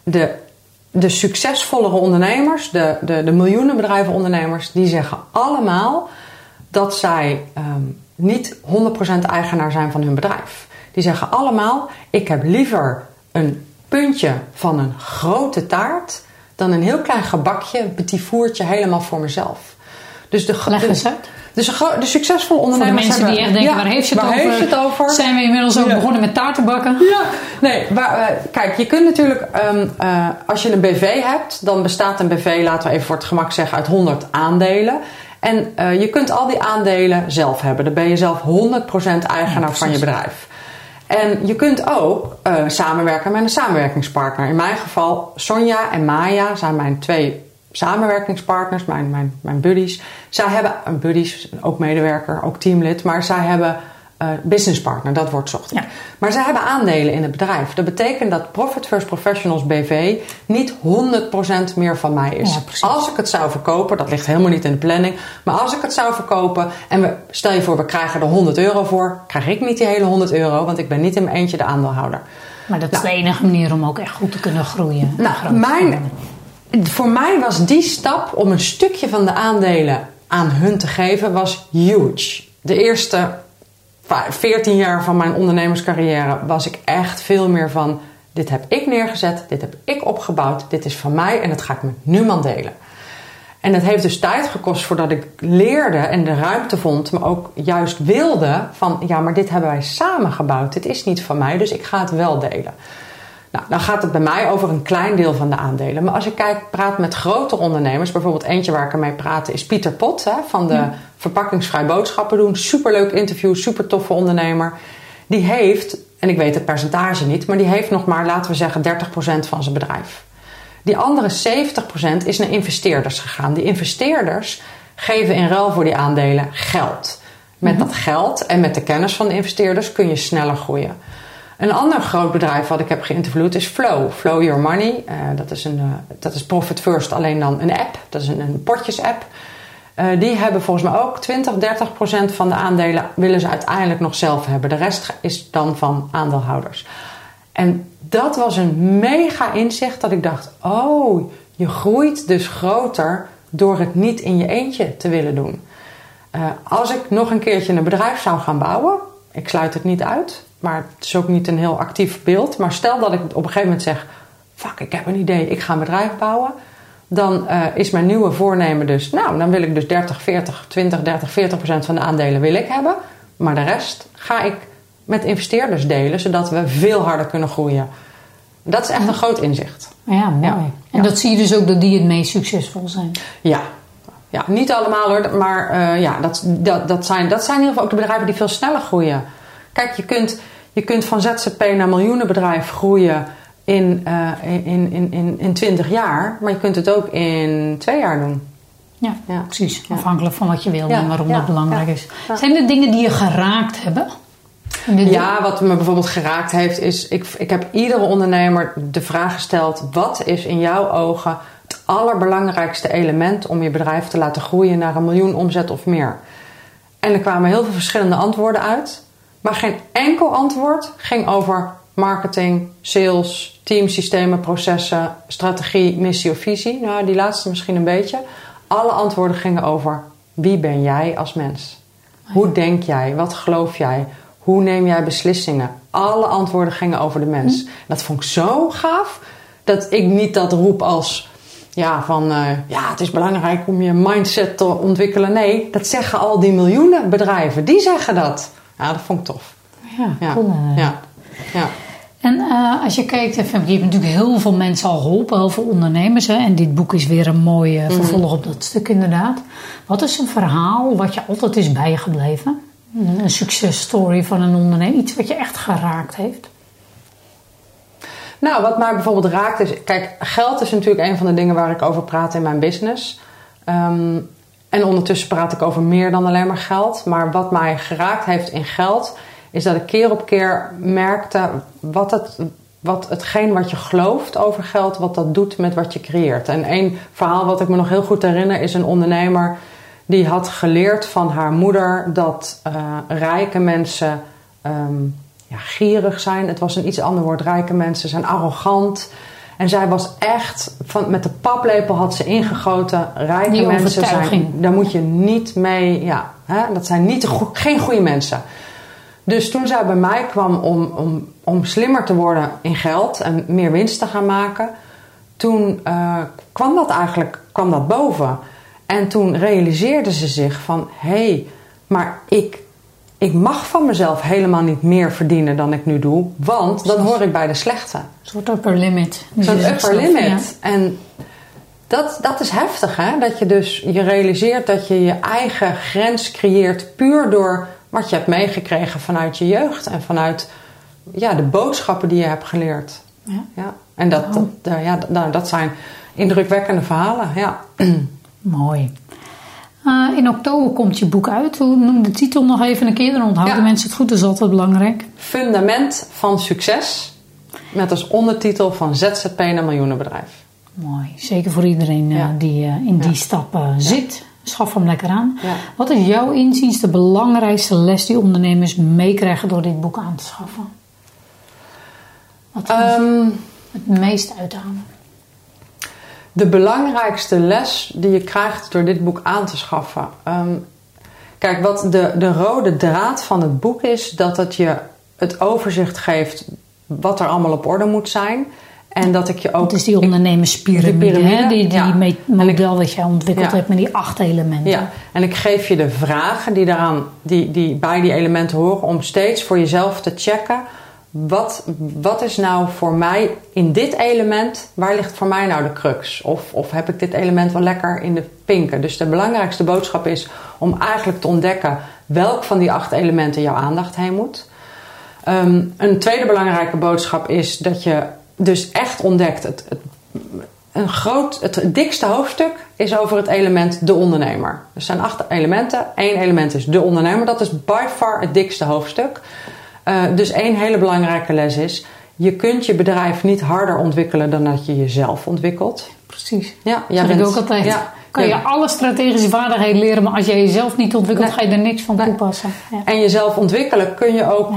de succesvollere ondernemers, de miljoenenbedrijven ondernemers, die zeggen allemaal dat zij niet 100% eigenaar zijn van hun bedrijf. Die zeggen allemaal, ik heb liever een puntje van een grote taart dan een heel klein gebakje, petit fourtje helemaal voor mezelf. Dus leg eens uit. Dus de succesvolle ondernemers... Voor de mensen die echt denken, waar heeft ze het over? Zijn we inmiddels ook begonnen met taarten bakken? Ja, nee. Kijk, je kunt natuurlijk... als je een BV hebt, dan bestaat een BV, laten we even voor het gemak zeggen, uit 100 aandelen. En je kunt al die aandelen zelf hebben. Dan ben je zelf 100% eigenaar van je bedrijf. En je kunt ook samenwerken met een samenwerkingspartner. In mijn geval, Sonja en Maya zijn mijn 2 samenwerkingspartners, mijn buddies. Zij hebben buddies, ook medewerker, ook teamlid, maar zij hebben businesspartner, dat woord zocht ik. Ja. Maar zij hebben aandelen in het bedrijf. Dat betekent dat Profit First Professionals BV niet 100% meer van mij is. Ja, als ik het zou verkopen, dat ligt helemaal niet in de planning, maar als ik het zou verkopen en stel je voor we krijgen er €100 voor, krijg ik niet die hele €100, want ik ben niet in mijn eentje de aandeelhouder. Maar dat is de enige manier om ook echt goed te kunnen groeien. Voor mij was die stap om een stukje van de aandelen aan hun te geven, was huge. De eerste 14 jaar van mijn ondernemerscarrière was ik echt veel meer van, dit heb ik neergezet, dit heb ik opgebouwd, dit is van mij en dat ga ik met niemand delen. En het heeft dus tijd gekost voordat ik leerde en de ruimte vond, maar ook juist wilde van, ja, maar dit hebben wij samen gebouwd, dit is niet van mij, dus ik ga het wel delen. Nou, dan gaat het bij mij over een klein deel van de aandelen. Maar als ik praat met grote ondernemers, bijvoorbeeld eentje waar ik ermee praat is Pieter Pot van de verpakkingsvrij boodschappen doen. Superleuk interview, super toffe ondernemer. Die heeft, en ik weet het percentage niet, maar die heeft nog maar, laten we zeggen, 30% van zijn bedrijf. Die andere 70% is naar investeerders gegaan. Die investeerders geven in ruil voor die aandelen geld. Met dat geld en met de kennis van de investeerders kun je sneller groeien. Een ander groot bedrijf wat ik heb geïnterviewd is Flow. Flow Your Money. Dat is Profit First, alleen dan een app. Dat is een potjes-app. Die hebben volgens mij ook 20-30% van de aandelen willen ze uiteindelijk nog zelf hebben. De rest is dan van aandeelhouders. En dat was een mega inzicht dat ik dacht, oh, je groeit dus groter door het niet in je eentje te willen doen. Als ik nog een keertje een bedrijf zou gaan bouwen, ik sluit het niet uit, maar het is ook niet een heel actief beeld. Maar stel dat ik op een gegeven moment zeg, fuck, ik heb een idee, ik ga een bedrijf bouwen. Dan is mijn nieuwe voornemen dus, nou, dan wil ik dus 20-40% van de aandelen wil ik hebben. Maar de rest ga ik met investeerders delen, zodat we veel harder kunnen groeien. Dat is echt een groot inzicht. Ja, mooi. Ja. En dat zie je dus ook dat die het meest succesvol zijn. Ja, niet allemaal hoor, maar dat zijn in ieder geval ook de bedrijven die veel sneller groeien. Kijk, je kunt van ZZP naar miljoenenbedrijf groeien in 20 jaar, maar je kunt het ook in 2 jaar doen. Ja, precies. Ja. Afhankelijk van wat je wil en waarom dat belangrijk is. Ja. Zijn er dingen die je geraakt hebben? Ja, wat me bijvoorbeeld geraakt heeft is, ik heb iedere ondernemer de vraag gesteld, wat is in jouw ogen het allerbelangrijkste element om je bedrijf te laten groeien naar 1 miljoen omzet of meer? En er kwamen heel veel verschillende antwoorden uit, maar geen enkel antwoord ging over marketing, sales, teamsystemen, processen, strategie, missie of visie. Nou, die laatste misschien een beetje. Alle antwoorden gingen over wie ben jij als mens? Hoe denk jij? Wat geloof jij? Hoe neem jij beslissingen? Alle antwoorden gingen over de mens. Dat vond ik zo gaaf dat ik niet dat roep als het is belangrijk om je mindset te ontwikkelen. Nee, dat zeggen al die miljoenen bedrijven. Die zeggen dat. Ja, dat vond ik tof. Ja, cool. Ja. En als je kijkt, je hebt natuurlijk heel veel mensen al geholpen, heel veel ondernemers. Hè? En dit boek is weer een mooi vervolg op dat stuk inderdaad. Wat is een verhaal wat je altijd is bijgebleven? Een successtory van een ondernemer, iets wat je echt geraakt heeft? Nou, wat mij bijvoorbeeld raakt is... Kijk, geld is natuurlijk een van de dingen waar ik over praat in mijn business. En ondertussen praat ik over meer dan alleen maar geld. Maar wat mij geraakt heeft in geld... is dat ik keer op keer merkte... hetgeen wat je gelooft over geld... wat dat doet met wat je creëert. En één verhaal wat ik me nog heel goed herinner... is een ondernemer die had geleerd van haar moeder... dat rijke mensen... gierig zijn. Het was een iets ander woord. Rijke mensen zijn arrogant. En zij was echt... met de paplepel had ze ingegoten. Rijke die mensen zijn... Daar moet je niet mee... Ja, dat zijn geen goede mensen. Dus toen zij bij mij kwam om slimmer te worden in geld... en meer winst te gaan maken... toen kwam dat boven. En toen realiseerde ze zich van... maar ik mag van mezelf helemaal niet meer verdienen dan ik nu doe. Want dan hoor ik bij de slechte. Een soort upper limit. Zo'n upper limit. Ja. En dat is heftig, hè? Dat je dus je realiseert dat je je eigen grens creëert... puur door wat je hebt meegekregen vanuit je jeugd. En vanuit de boodschappen die je hebt geleerd. Ja. En dat zijn indrukwekkende verhalen. Ja. Mooi. In oktober komt je boek uit. Noem de titel nog even een keer. Dan onthouden mensen het goed. Dat is altijd belangrijk. Fundament van succes. Met als ondertitel van ZZP naar miljoenenbedrijf. Mooi. Zeker voor iedereen die in die stap zit. Schaf hem lekker aan. Ja. Wat is jouw inziens de belangrijkste les die ondernemers meekrijgen door dit boek aan te schaffen? Wat het meest uithalen? De belangrijkste les die je krijgt door dit boek aan te schaffen. Kijk, wat de rode draad van het boek is... dat het je het overzicht geeft wat er allemaal op orde moet zijn. En dat ik je ook... Het is die ondernemerspyramide, die model dat jij ontwikkeld hebt met die 8 elementen. Ja, en ik geef je de vragen die bij die elementen horen... om steeds voor jezelf te checken... Wat is nou voor mij in dit element... waar ligt voor mij nou de crux? Of heb ik dit element wel lekker in de pinken? Dus de belangrijkste boodschap is om eigenlijk te ontdekken... welk van die 8 elementen jouw aandacht heen moet. Een tweede belangrijke boodschap is dat je dus echt ontdekt... Het dikste hoofdstuk is over het element de ondernemer. Er zijn 8 elementen. 1 element is de ondernemer. Dat is by far het dikste hoofdstuk... Dus 1 hele belangrijke les is... je kunt je bedrijf niet harder ontwikkelen dan dat je jezelf ontwikkelt. Precies. Ja, dat ik ook altijd. Ja, kan je alle strategische vaardigheden leren... maar als jij jezelf niet ontwikkelt, ga je er niks van toepassen. Ja. En jezelf ontwikkelen kun je ook...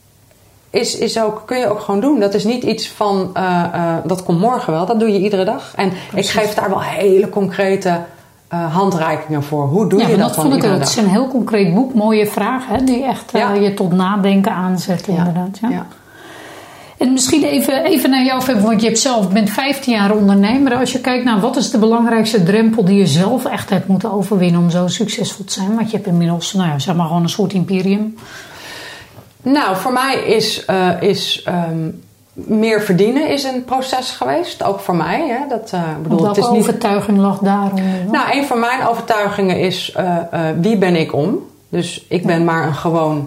kun je ook gewoon doen. Dat is niet iets van... dat komt morgen wel. Dat doe je iedere dag. En Precies. Ik geef daar wel hele concrete... handreikingen voor. Hoe doe je dat dan iedere dag? Het is een heel concreet boek. Mooie vraag, hè, die echt je tot nadenken aanzet. Inderdaad. Ja. En misschien even naar jou, want je bent 15 jaar ondernemer. Als je kijkt naar wat is de belangrijkste drempel die je zelf echt hebt moeten overwinnen om zo succesvol te zijn. Want je hebt inmiddels, zeg maar gewoon een soort imperium. Nou, voor mij is meer verdienen is een proces geweest. Ook voor mij. Hè. Welke overtuiging lag daaronder? Nou, een van mijn overtuigingen is... wie ben ik om? Dus ik ben maar een gewoon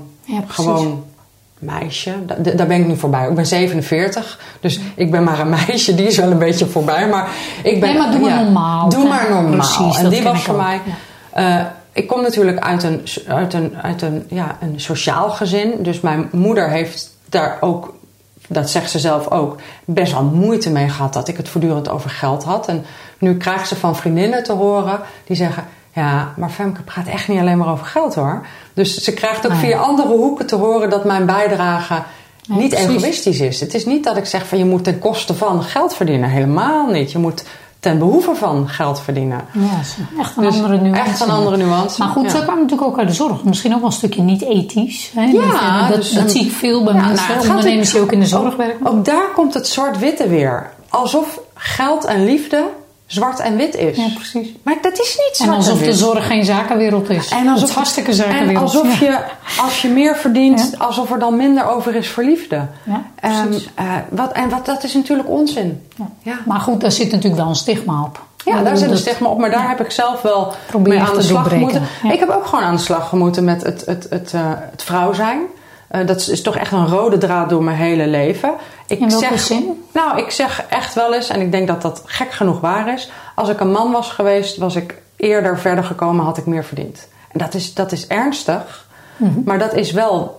meisje. Daar ben ik nu voorbij. Ik ben 47. Dus ik ben maar een meisje. Die is wel een beetje voorbij. Maar ik ben... Nee, maar doe maar normaal. Doe maar normaal. Precies, en die was voor mij... ik kom natuurlijk uit een sociaal gezin. Dus mijn moeder heeft daar ook... Dat zegt ze zelf ook. Best wel moeite mee gehad dat ik het voortdurend over geld had. En nu krijgt ze van vriendinnen te horen. Die zeggen, ja, maar Femke praat echt niet alleen maar over geld hoor. Dus ze krijgt ook via andere hoeken te horen dat mijn bijdrage niet egoïstisch is. Het is niet dat ik zeg van je moet ten koste van geld verdienen. Helemaal niet. Je moet ten behoeve van geld verdienen. Ja, echt een andere nuance. Echt een andere nuance. Maar goed, zo kwam natuurlijk ook uit de zorg. Misschien ook wel een stukje niet ethisch. Hè? Ja, dat zie ik veel bij mensen. Ondernemers die ook in de zorg werken. Ook daar komt het zwart-witte weer. Alsof geld en liefde zwart en wit is. Ja, precies. Maar dat is niet zwart en alsof en wit. de zorg geen zakenwereld is. En alsof het hartstikke zakenwereld. En alsof je, als je meer verdient, alsof er dan minder over is voor liefde. Ja, precies. Dat is natuurlijk onzin. Ja. Ja. Maar goed, daar zit natuurlijk wel een stigma op. Ja, daar zit een stigma op, maar daar heb ik zelf wel mee aan de slag moeten. Ja. Ik heb ook gewoon aan de slag moeten met het vrouw zijn. Dat is toch echt een rode draad door mijn hele leven. In welke zin? Nou, ik zeg echt wel eens, en ik denk dat dat gek genoeg waar is. Als ik een man was geweest, was ik eerder verder gekomen, had ik meer verdiend. En dat is ernstig, maar dat is wel.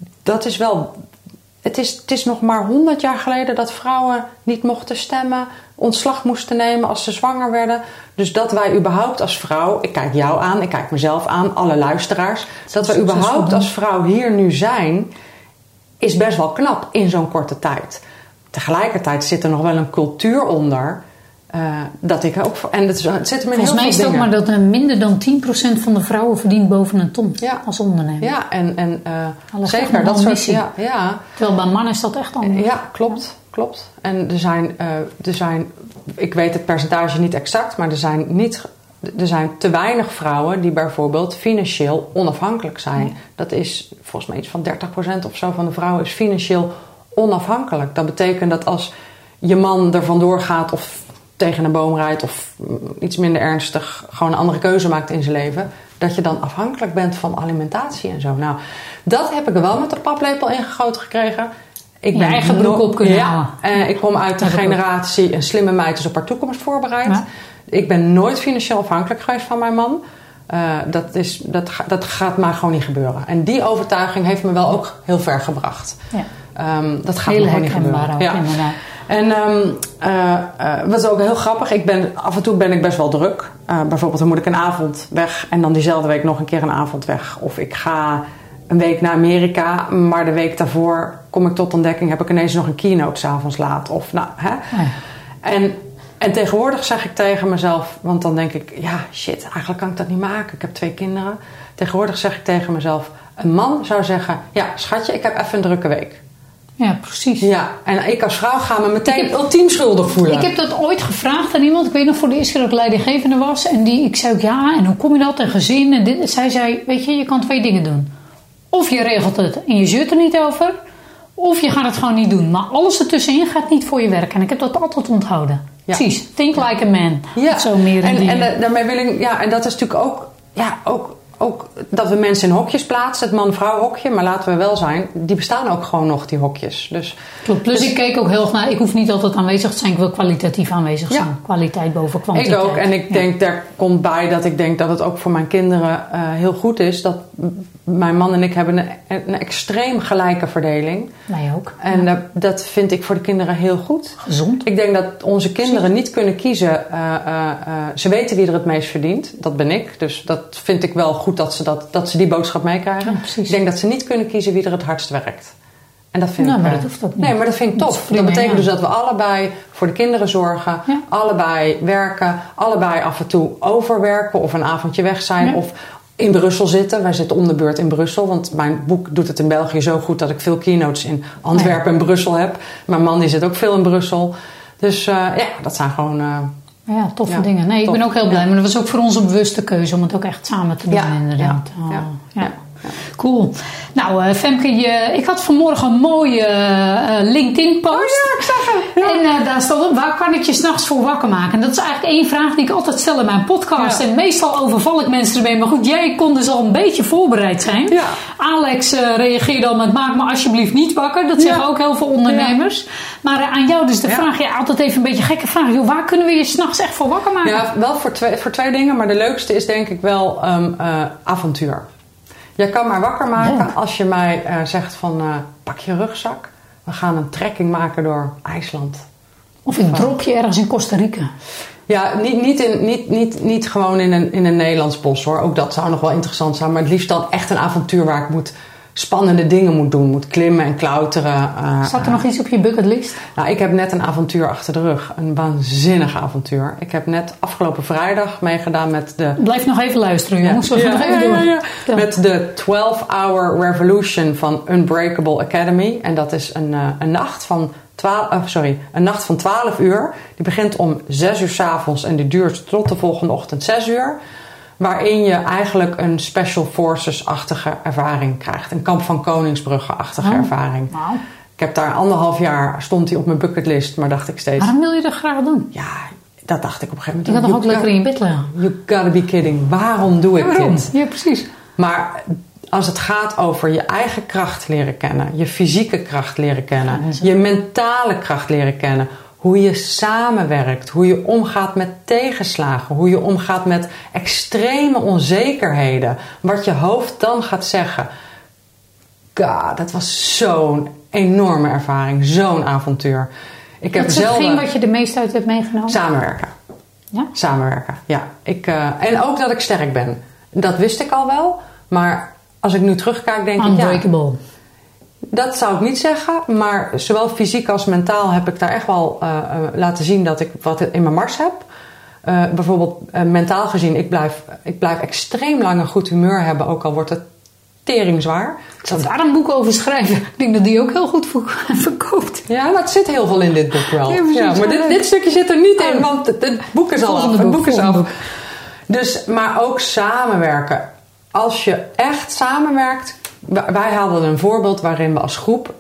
Het is nog maar 100 jaar geleden dat vrouwen niet mochten stemmen, ontslag moesten nemen als ze zwanger werden. Dus dat wij überhaupt als vrouw, ik kijk jou aan, ik kijk mezelf aan, alle luisteraars, dat wij überhaupt als vrouw hier nu zijn, is best wel knap in zo'n korte tijd. Tegelijkertijd zit er nog wel een cultuur onder. Dat ik ook. En het zit er met heel veel dingen. Volgens mij is het ook maar dat minder dan 10% van de vrouwen verdient boven een ton als ondernemer. Ja, en zeker dat soort. Ja. Terwijl bij mannen is dat echt anders. Ja, klopt. En er zijn, ik weet het percentage niet exact, maar er zijn te weinig vrouwen die bijvoorbeeld financieel onafhankelijk zijn. Ja. Dat is volgens mij iets van 30% of zo van de vrouwen is financieel onafhankelijk. Dat betekent dat als je man er vandoor gaat of tegen een boom rijdt of iets minder ernstig gewoon een andere keuze maakt in zijn leven, dat je dan afhankelijk bent van alimentatie en zo. Nou, dat heb ik er wel met de paplepel ingegoten gekregen. Ik ben eigen broek op kunnen houden. Ik kom uit de generatie een slimme meid is op haar toekomst voorbereid. Ja. Ik ben nooit financieel afhankelijk geweest van mijn man. Dat gaat maar gewoon niet gebeuren. En die overtuiging heeft me wel ook heel ver gebracht. Ja. Dat gaat me gewoon niet gebeuren. Ja. En wat is ook heel grappig, af en toe ben ik best wel druk. Bijvoorbeeld dan moet ik een avond weg en dan diezelfde week nog een keer een avond weg. Of ik ga een week naar Amerika, maar de week daarvoor kom ik tot ontdekking, heb ik ineens nog een keynote 's avonds laat. Of, nou, hè? Ja. En tegenwoordig zeg ik tegen mezelf, want dan denk ik, ja shit, eigenlijk kan ik dat niet maken. Ik heb 2 kinderen. Tegenwoordig zeg ik tegen mezelf, een man zou zeggen, ja schatje, ik heb even een drukke week. Ja, precies. Ja, en ik als vrouw ga me meteen ultiem schuldig voelen. Ik heb dat ooit gevraagd aan iemand. Ik weet nog voor de eerste keer dat ik leidinggevende was. En ik zei ook, ja, en hoe kom je dat? En gezin en dit. Zij zei, weet je kan 2 dingen doen. Of je regelt het en je zeurt er niet over. Of je gaat het gewoon niet doen. Maar alles ertussenin gaat niet voor je werken. En ik heb dat altijd onthouden. Ja. Precies. Think like a man. Ja. Zo meer en daarmee wil ik... Ja, en dat is natuurlijk ook dat we mensen in hokjes plaatsen. Het man-vrouw hokje. Maar laten we wel zijn, die bestaan ook gewoon nog, die hokjes. Dus, klopt. Plus ik keek ook heel erg naar... Ik hoef niet altijd aanwezig te zijn. Ik wil kwalitatief aanwezig zijn. Kwaliteit boven kwantiteit. Ik ook. En ik denk, daar komt bij dat ik denk dat het ook voor mijn kinderen heel goed is. Dat mijn man en ik hebben een extreem gelijke verdeling. Wij ook. En dat vind ik voor de kinderen heel goed. Gezond. Ik denk dat onze kinderen niet kunnen kiezen. Ze weten wie er het meest verdient. Dat ben ik. Dus dat vind ik wel goed dat ze die boodschap meekrijgen. Ja, ik denk dat ze niet kunnen kiezen wie er het hardst werkt. En dat vind ik... maar dat hoeft ook niet. Nee, maar dat vind ik tof. Dat betekent dus dat we allebei voor de kinderen zorgen. Ja. Allebei werken. Allebei af en toe overwerken. Of een avondje weg zijn. Ja. Of in Brussel zitten. Wij zitten om de beurt in Brussel. Want mijn boek doet het in België zo goed dat ik veel keynotes in Antwerpen en Brussel heb. Mijn man die zit ook veel in Brussel. Dus dat zijn gewoon... Ja, toffe dingen. Nee, ik ben ook heel blij. Maar dat was ook voor ons een bewuste keuze om het ook echt samen te doen, inderdaad. Ja. Cool. Nou, Femke, ik had vanmorgen een mooie LinkedIn-post. Oh ja, ik zag het. Ja. En daar stond op, waar kan ik je 's nachts voor wakker maken? En dat is eigenlijk 1 vraag die ik altijd stel in mijn podcast. Ja. En meestal overval ik mensen ermee. Maar goed, jij kon dus al een beetje voorbereid zijn. Ja. Alex reageerde al met, maak me alsjeblieft niet wakker. Dat zeggen ook heel veel ondernemers. Ja. Maar aan jou dus de vraag, altijd even een beetje gekke vraag. Joh, waar kunnen we je 's nachts echt voor wakker maken? Ja, wel voor 2 dingen. Maar de leukste is denk ik wel avontuur. Je kan mij wakker maken als je mij zegt van pak je rugzak. We gaan een trekking maken door IJsland. Of ik drop je ergens in Costa Rica. Ja, niet gewoon in een Nederlands bos hoor. Ook dat zou nog wel interessant zijn. Maar het liefst dan echt een avontuur waar ik spannende dingen moet doen. Moet klimmen en klauteren. Staat er nog iets op je bucketlist? Nou, ik heb net een avontuur achter de rug. Een waanzinnig avontuur. Ik heb net afgelopen vrijdag meegedaan met de... Blijf nog even luisteren, jongens. We gaan nog even door. Ja. Met de 12-hour revolution van Unbreakable Academy. En dat is een nacht van een nacht van 12 uur. Die begint om 6 uur 's avonds en die duurt tot de volgende ochtend 6 uur. Waarin je eigenlijk een Special Forces-achtige ervaring krijgt. Een Kamp van Koningsbrugge-achtige ervaring. Wow. Ik heb daar 1,5 jaar, stond die op mijn bucketlist, maar dacht ik steeds... Waarom wil je dat graag doen? Ja, dat dacht ik op een gegeven moment. Je gaat toch ook lekker in je bed liggen? You gotta be kidding. Waarom doe ik dit? Ja, precies. Maar als het gaat over je eigen kracht leren kennen, je fysieke kracht leren kennen, je mentale kracht leren kennen, hoe je samenwerkt, hoe je omgaat met tegenslagen, hoe je omgaat met extreme onzekerheden, wat je hoofd dan gaat zeggen. God, dat was zo'n enorme ervaring, zo'n avontuur. Wat is hetgeen wat je er meest uit hebt meegenomen? Samenwerken. Ja? Samenwerken, ja. En ook dat ik sterk ben. Dat wist ik al wel, maar als ik nu terugkijk denk ik... Unbreakable. Dat zou ik niet zeggen, maar zowel fysiek als mentaal heb ik daar echt wel laten zien dat ik wat in mijn mars heb. Bijvoorbeeld mentaal gezien, ik blijf extreem lang een goed humeur hebben, ook al wordt het teringzwaar. Ik zou daar een boek over schrijven. Ik denk dat die ook heel goed verkoopt. Ja, maar het zit heel veel in dit boek wel. Ja, maar dit stukje zit er niet in, want het boek is al af. Het boek is af. Dus, maar ook samenwerken. Als je echt samenwerkt... Wij hadden een voorbeeld waarin we als groep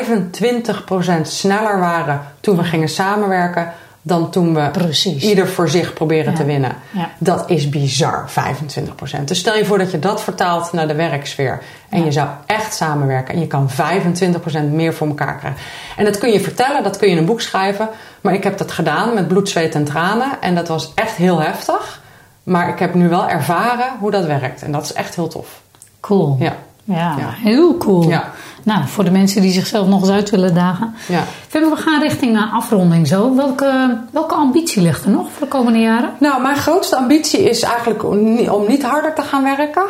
25% sneller waren toen we gingen samenwerken dan toen we ieder voor zich proberen te winnen. Ja. Dat is bizar, 25%. Dus stel je voor dat je dat vertaalt naar de werksfeer. En je zou echt samenwerken en je kan 25% meer voor elkaar krijgen. En dat kun je vertellen, dat kun je in een boek schrijven. Maar ik heb dat gedaan met bloed, zweet en tranen. En dat was echt heel heftig. Maar ik heb nu wel ervaren hoe dat werkt. En dat is echt heel tof. Cool. Ja, heel cool. Ja. Nou, voor de mensen die zichzelf nog eens uit willen dagen. Ja. We gaan richting naar afronding zo. Welke ambitie ligt er nog voor de komende jaren? Nou, mijn grootste ambitie is eigenlijk om niet harder te gaan werken.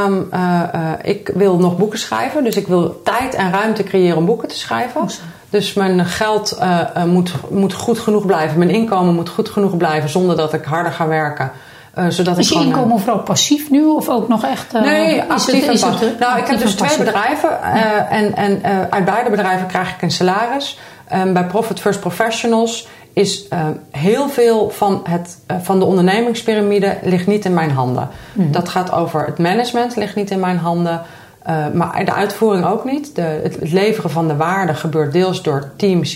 Ik wil nog boeken schrijven. Dus ik wil tijd en ruimte creëren om boeken te schrijven. Dus mijn geld moet goed genoeg blijven. Mijn inkomen moet goed genoeg blijven zonder dat ik harder ga werken. Zodat is je inkomen vooral passief nu of ook nog echt... Nee, actief en passief. Nou, ik heb dus 2 bedrijven en uit beide bedrijven krijg ik een salaris. Bij Profit First Professionals is heel veel van de ondernemingspyramide ligt niet in mijn handen. Mm-hmm. Dat gaat over het management, ligt niet in mijn handen. Maar de uitvoering ook niet. Het leveren van de waarde gebeurt deels door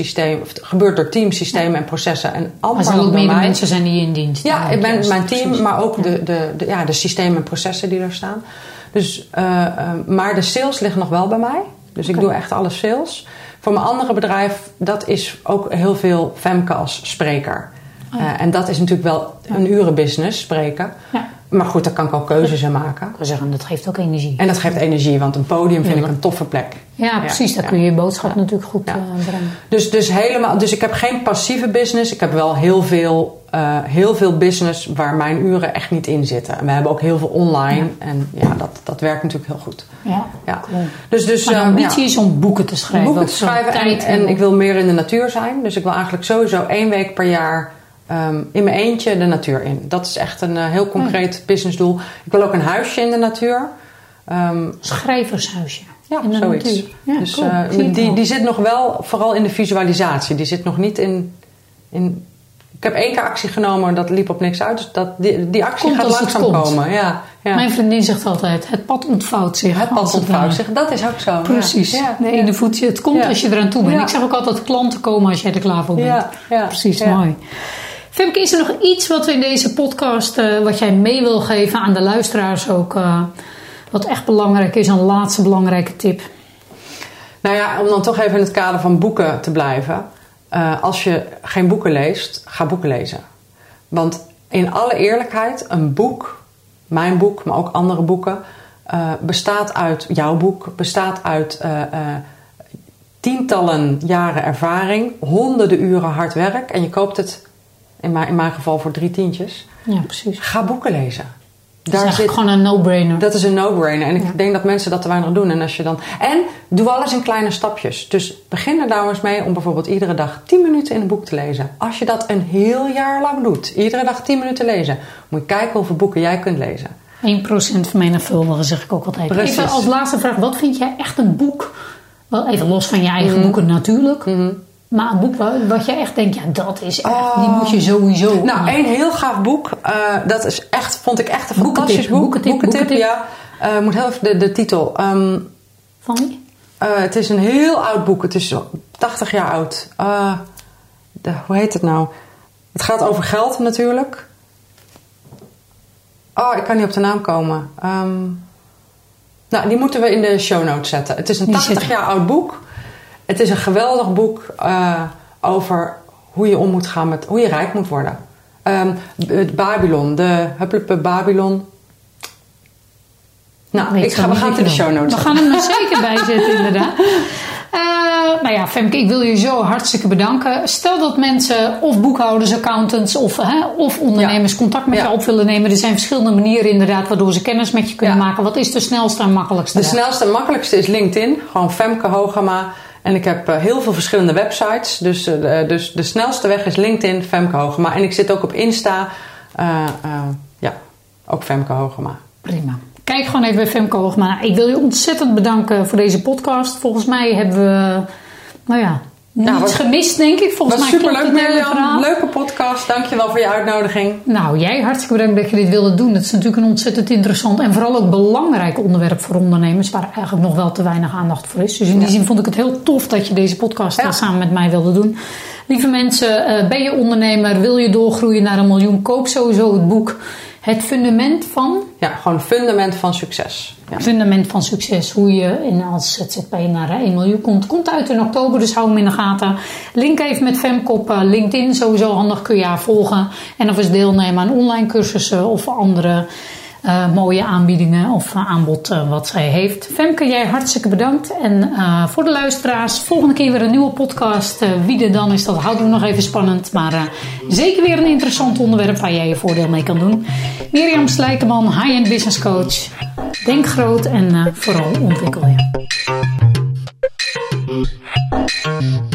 teamsystemen en processen. En allemaal maar er ook meerdere mensen zijn die in dienst. Ja, ik ben mijn team, maar ook de systemen en processen die er staan. Dus, maar de sales ligt nog wel bij mij. Dus ik doe echt alle sales. Voor mijn andere bedrijf, dat is ook heel veel Femke als spreker. En dat is natuurlijk wel een urenbusiness, spreken. Ja. Maar goed, daar kan ik ook keuzes in maken. Ik wil zeggen, dat geeft ook energie. En dat geeft energie, want een podium vind ik een toffe plek. Ja, precies. Daar kun je je boodschap natuurlijk goed brengen. Dus ik heb geen passieve business. Ik heb wel heel veel business waar mijn uren echt niet in zitten. En we hebben ook heel veel online. Ja. En dat werkt natuurlijk heel goed. Ja. Cool. Dus, maar de ambitie is om boeken te schrijven. Boeken te schrijven en ik wil meer in de natuur zijn. Dus ik wil eigenlijk sowieso 1 week per jaar... in mijn eentje de natuur in. Dat is echt een heel concreet businessdoel. Ik wil ook een huisje in de natuur. Schrijvershuisje. Ja, in de zoiets. Natuur. Ja, dus cool. Die zit nog wel vooral in de visualisatie. Die zit nog niet in... Ik heb 1 keer actie genomen, dat liep op niks uit. Dus die actie gaat langzaam komen. Ja. Mijn vriendin zegt altijd, het pad ontvouwt zich. Het pad ontvouwt zich, dat is ook zo. Precies. Ja. De ene voetje, het komt als je eraan toe bent. Ik zeg ook altijd, klanten komen als jij er klaar voor bent. Ja. Precies, mooi. Femke, is er nog iets wat we in deze podcast, wat jij mee wil geven aan de luisteraars ook, wat echt belangrijk is, een laatste belangrijke tip? Nou ja, om dan toch even in het kader van boeken te blijven. Als je geen boeken leest, ga boeken lezen. Want in alle eerlijkheid, een boek, mijn boek, maar ook andere boeken, bestaat uit jouw boek, bestaat uit tientallen jaren ervaring, honderden uren hard werk en je koopt het in mijn geval voor 3 tientjes. Ja, precies. Ga boeken lezen. Dat is gewoon een no-brainer. Dat is een no-brainer. En ik denk dat mensen dat te weinig doen. En doe alles in kleine stapjes. Dus begin er nou eens mee om bijvoorbeeld iedere dag 10 minuten in een boek te lezen. Als je dat een heel jaar lang doet. Iedere dag 10 minuten lezen. Moet je kijken hoeveel boeken jij kunt lezen. 1% vermenigvuldigen, zeg ik ook altijd. Precies. Even als laatste vraag. Wat vind jij echt een boek? Wel even los van je eigen boeken natuurlijk. Mm-hmm. Maar een boek wat je echt denkt, dat is echt, die moet je sowieso... Nou, één heel gaaf boek. Dat is echt, vond ik echt een fantastisch boek. Boekentip. Ja. Moet heel even de titel. Van wie? Het is een heel oud boek. Het is 80 jaar oud. Hoe heet het nou? Het gaat over geld natuurlijk. Ik kan niet op de naam komen. Nou, die moeten we in de show notes zetten. Het is een 80 jaar oud boek. Het is een geweldig boek over hoe je om moet gaan met hoe je rijk moet worden. Babylon, de Hupplepup Babylon. Nou, we gaan het in de show notes zetten. We gaan hem er zeker bij zetten, inderdaad. Nou ja, Femke, ik wil je zo hartstikke bedanken. Stel dat mensen of boekhouders, accountants of ondernemers contact met je op willen nemen. Er zijn verschillende manieren inderdaad waardoor ze kennis met je kunnen maken. Wat is de snelste en makkelijkste? De snelste en makkelijkste is LinkedIn. Gewoon Femke Hogema. En ik heb heel veel verschillende websites. Dus de snelste weg is LinkedIn, Femke Hogema. En ik zit ook op Insta. Ook Femke Hogema. Prima. Kijk gewoon even bij Femke Hogema. Ik wil je ontzettend bedanken voor deze podcast. Volgens mij hebben we, niets gemist, denk ik. Volgens mij superleuk, Mirjam. Leuke podcast. Dankjewel voor je uitnodiging. Nou, jij hartstikke bedankt dat je dit wilde doen. Het is natuurlijk een ontzettend interessant en vooral ook belangrijk onderwerp voor ondernemers, waar eigenlijk nog wel te weinig aandacht voor is. Dus in die zin vond ik het heel tof dat je deze podcast samen met mij wilde doen. Lieve mensen, ben je ondernemer, wil je doorgroeien naar 1 miljoen, koop sowieso het boek Het Fundament van... Ja, gewoon Fundament van Succes. Ja. Fundament van Succes. Hoe je als ZZP'er naar 1 miljoen komt. Komt uit in oktober, dus hou hem in de gaten. Link even met Femke op LinkedIn. Sowieso handig, kun je haar volgen. En of eens deelnemen aan online cursussen of andere mooie aanbiedingen of aanbod wat zij heeft. Femke, jij hartstikke bedankt. En voor de luisteraars, volgende keer weer een nieuwe podcast. Wie er dan is, dat houden we nog even spannend. Maar zeker weer een interessant onderwerp waar jij je voordeel mee kan doen. Mirjam Slijkerman, high-end business coach. Denk groot en vooral ontwikkel je.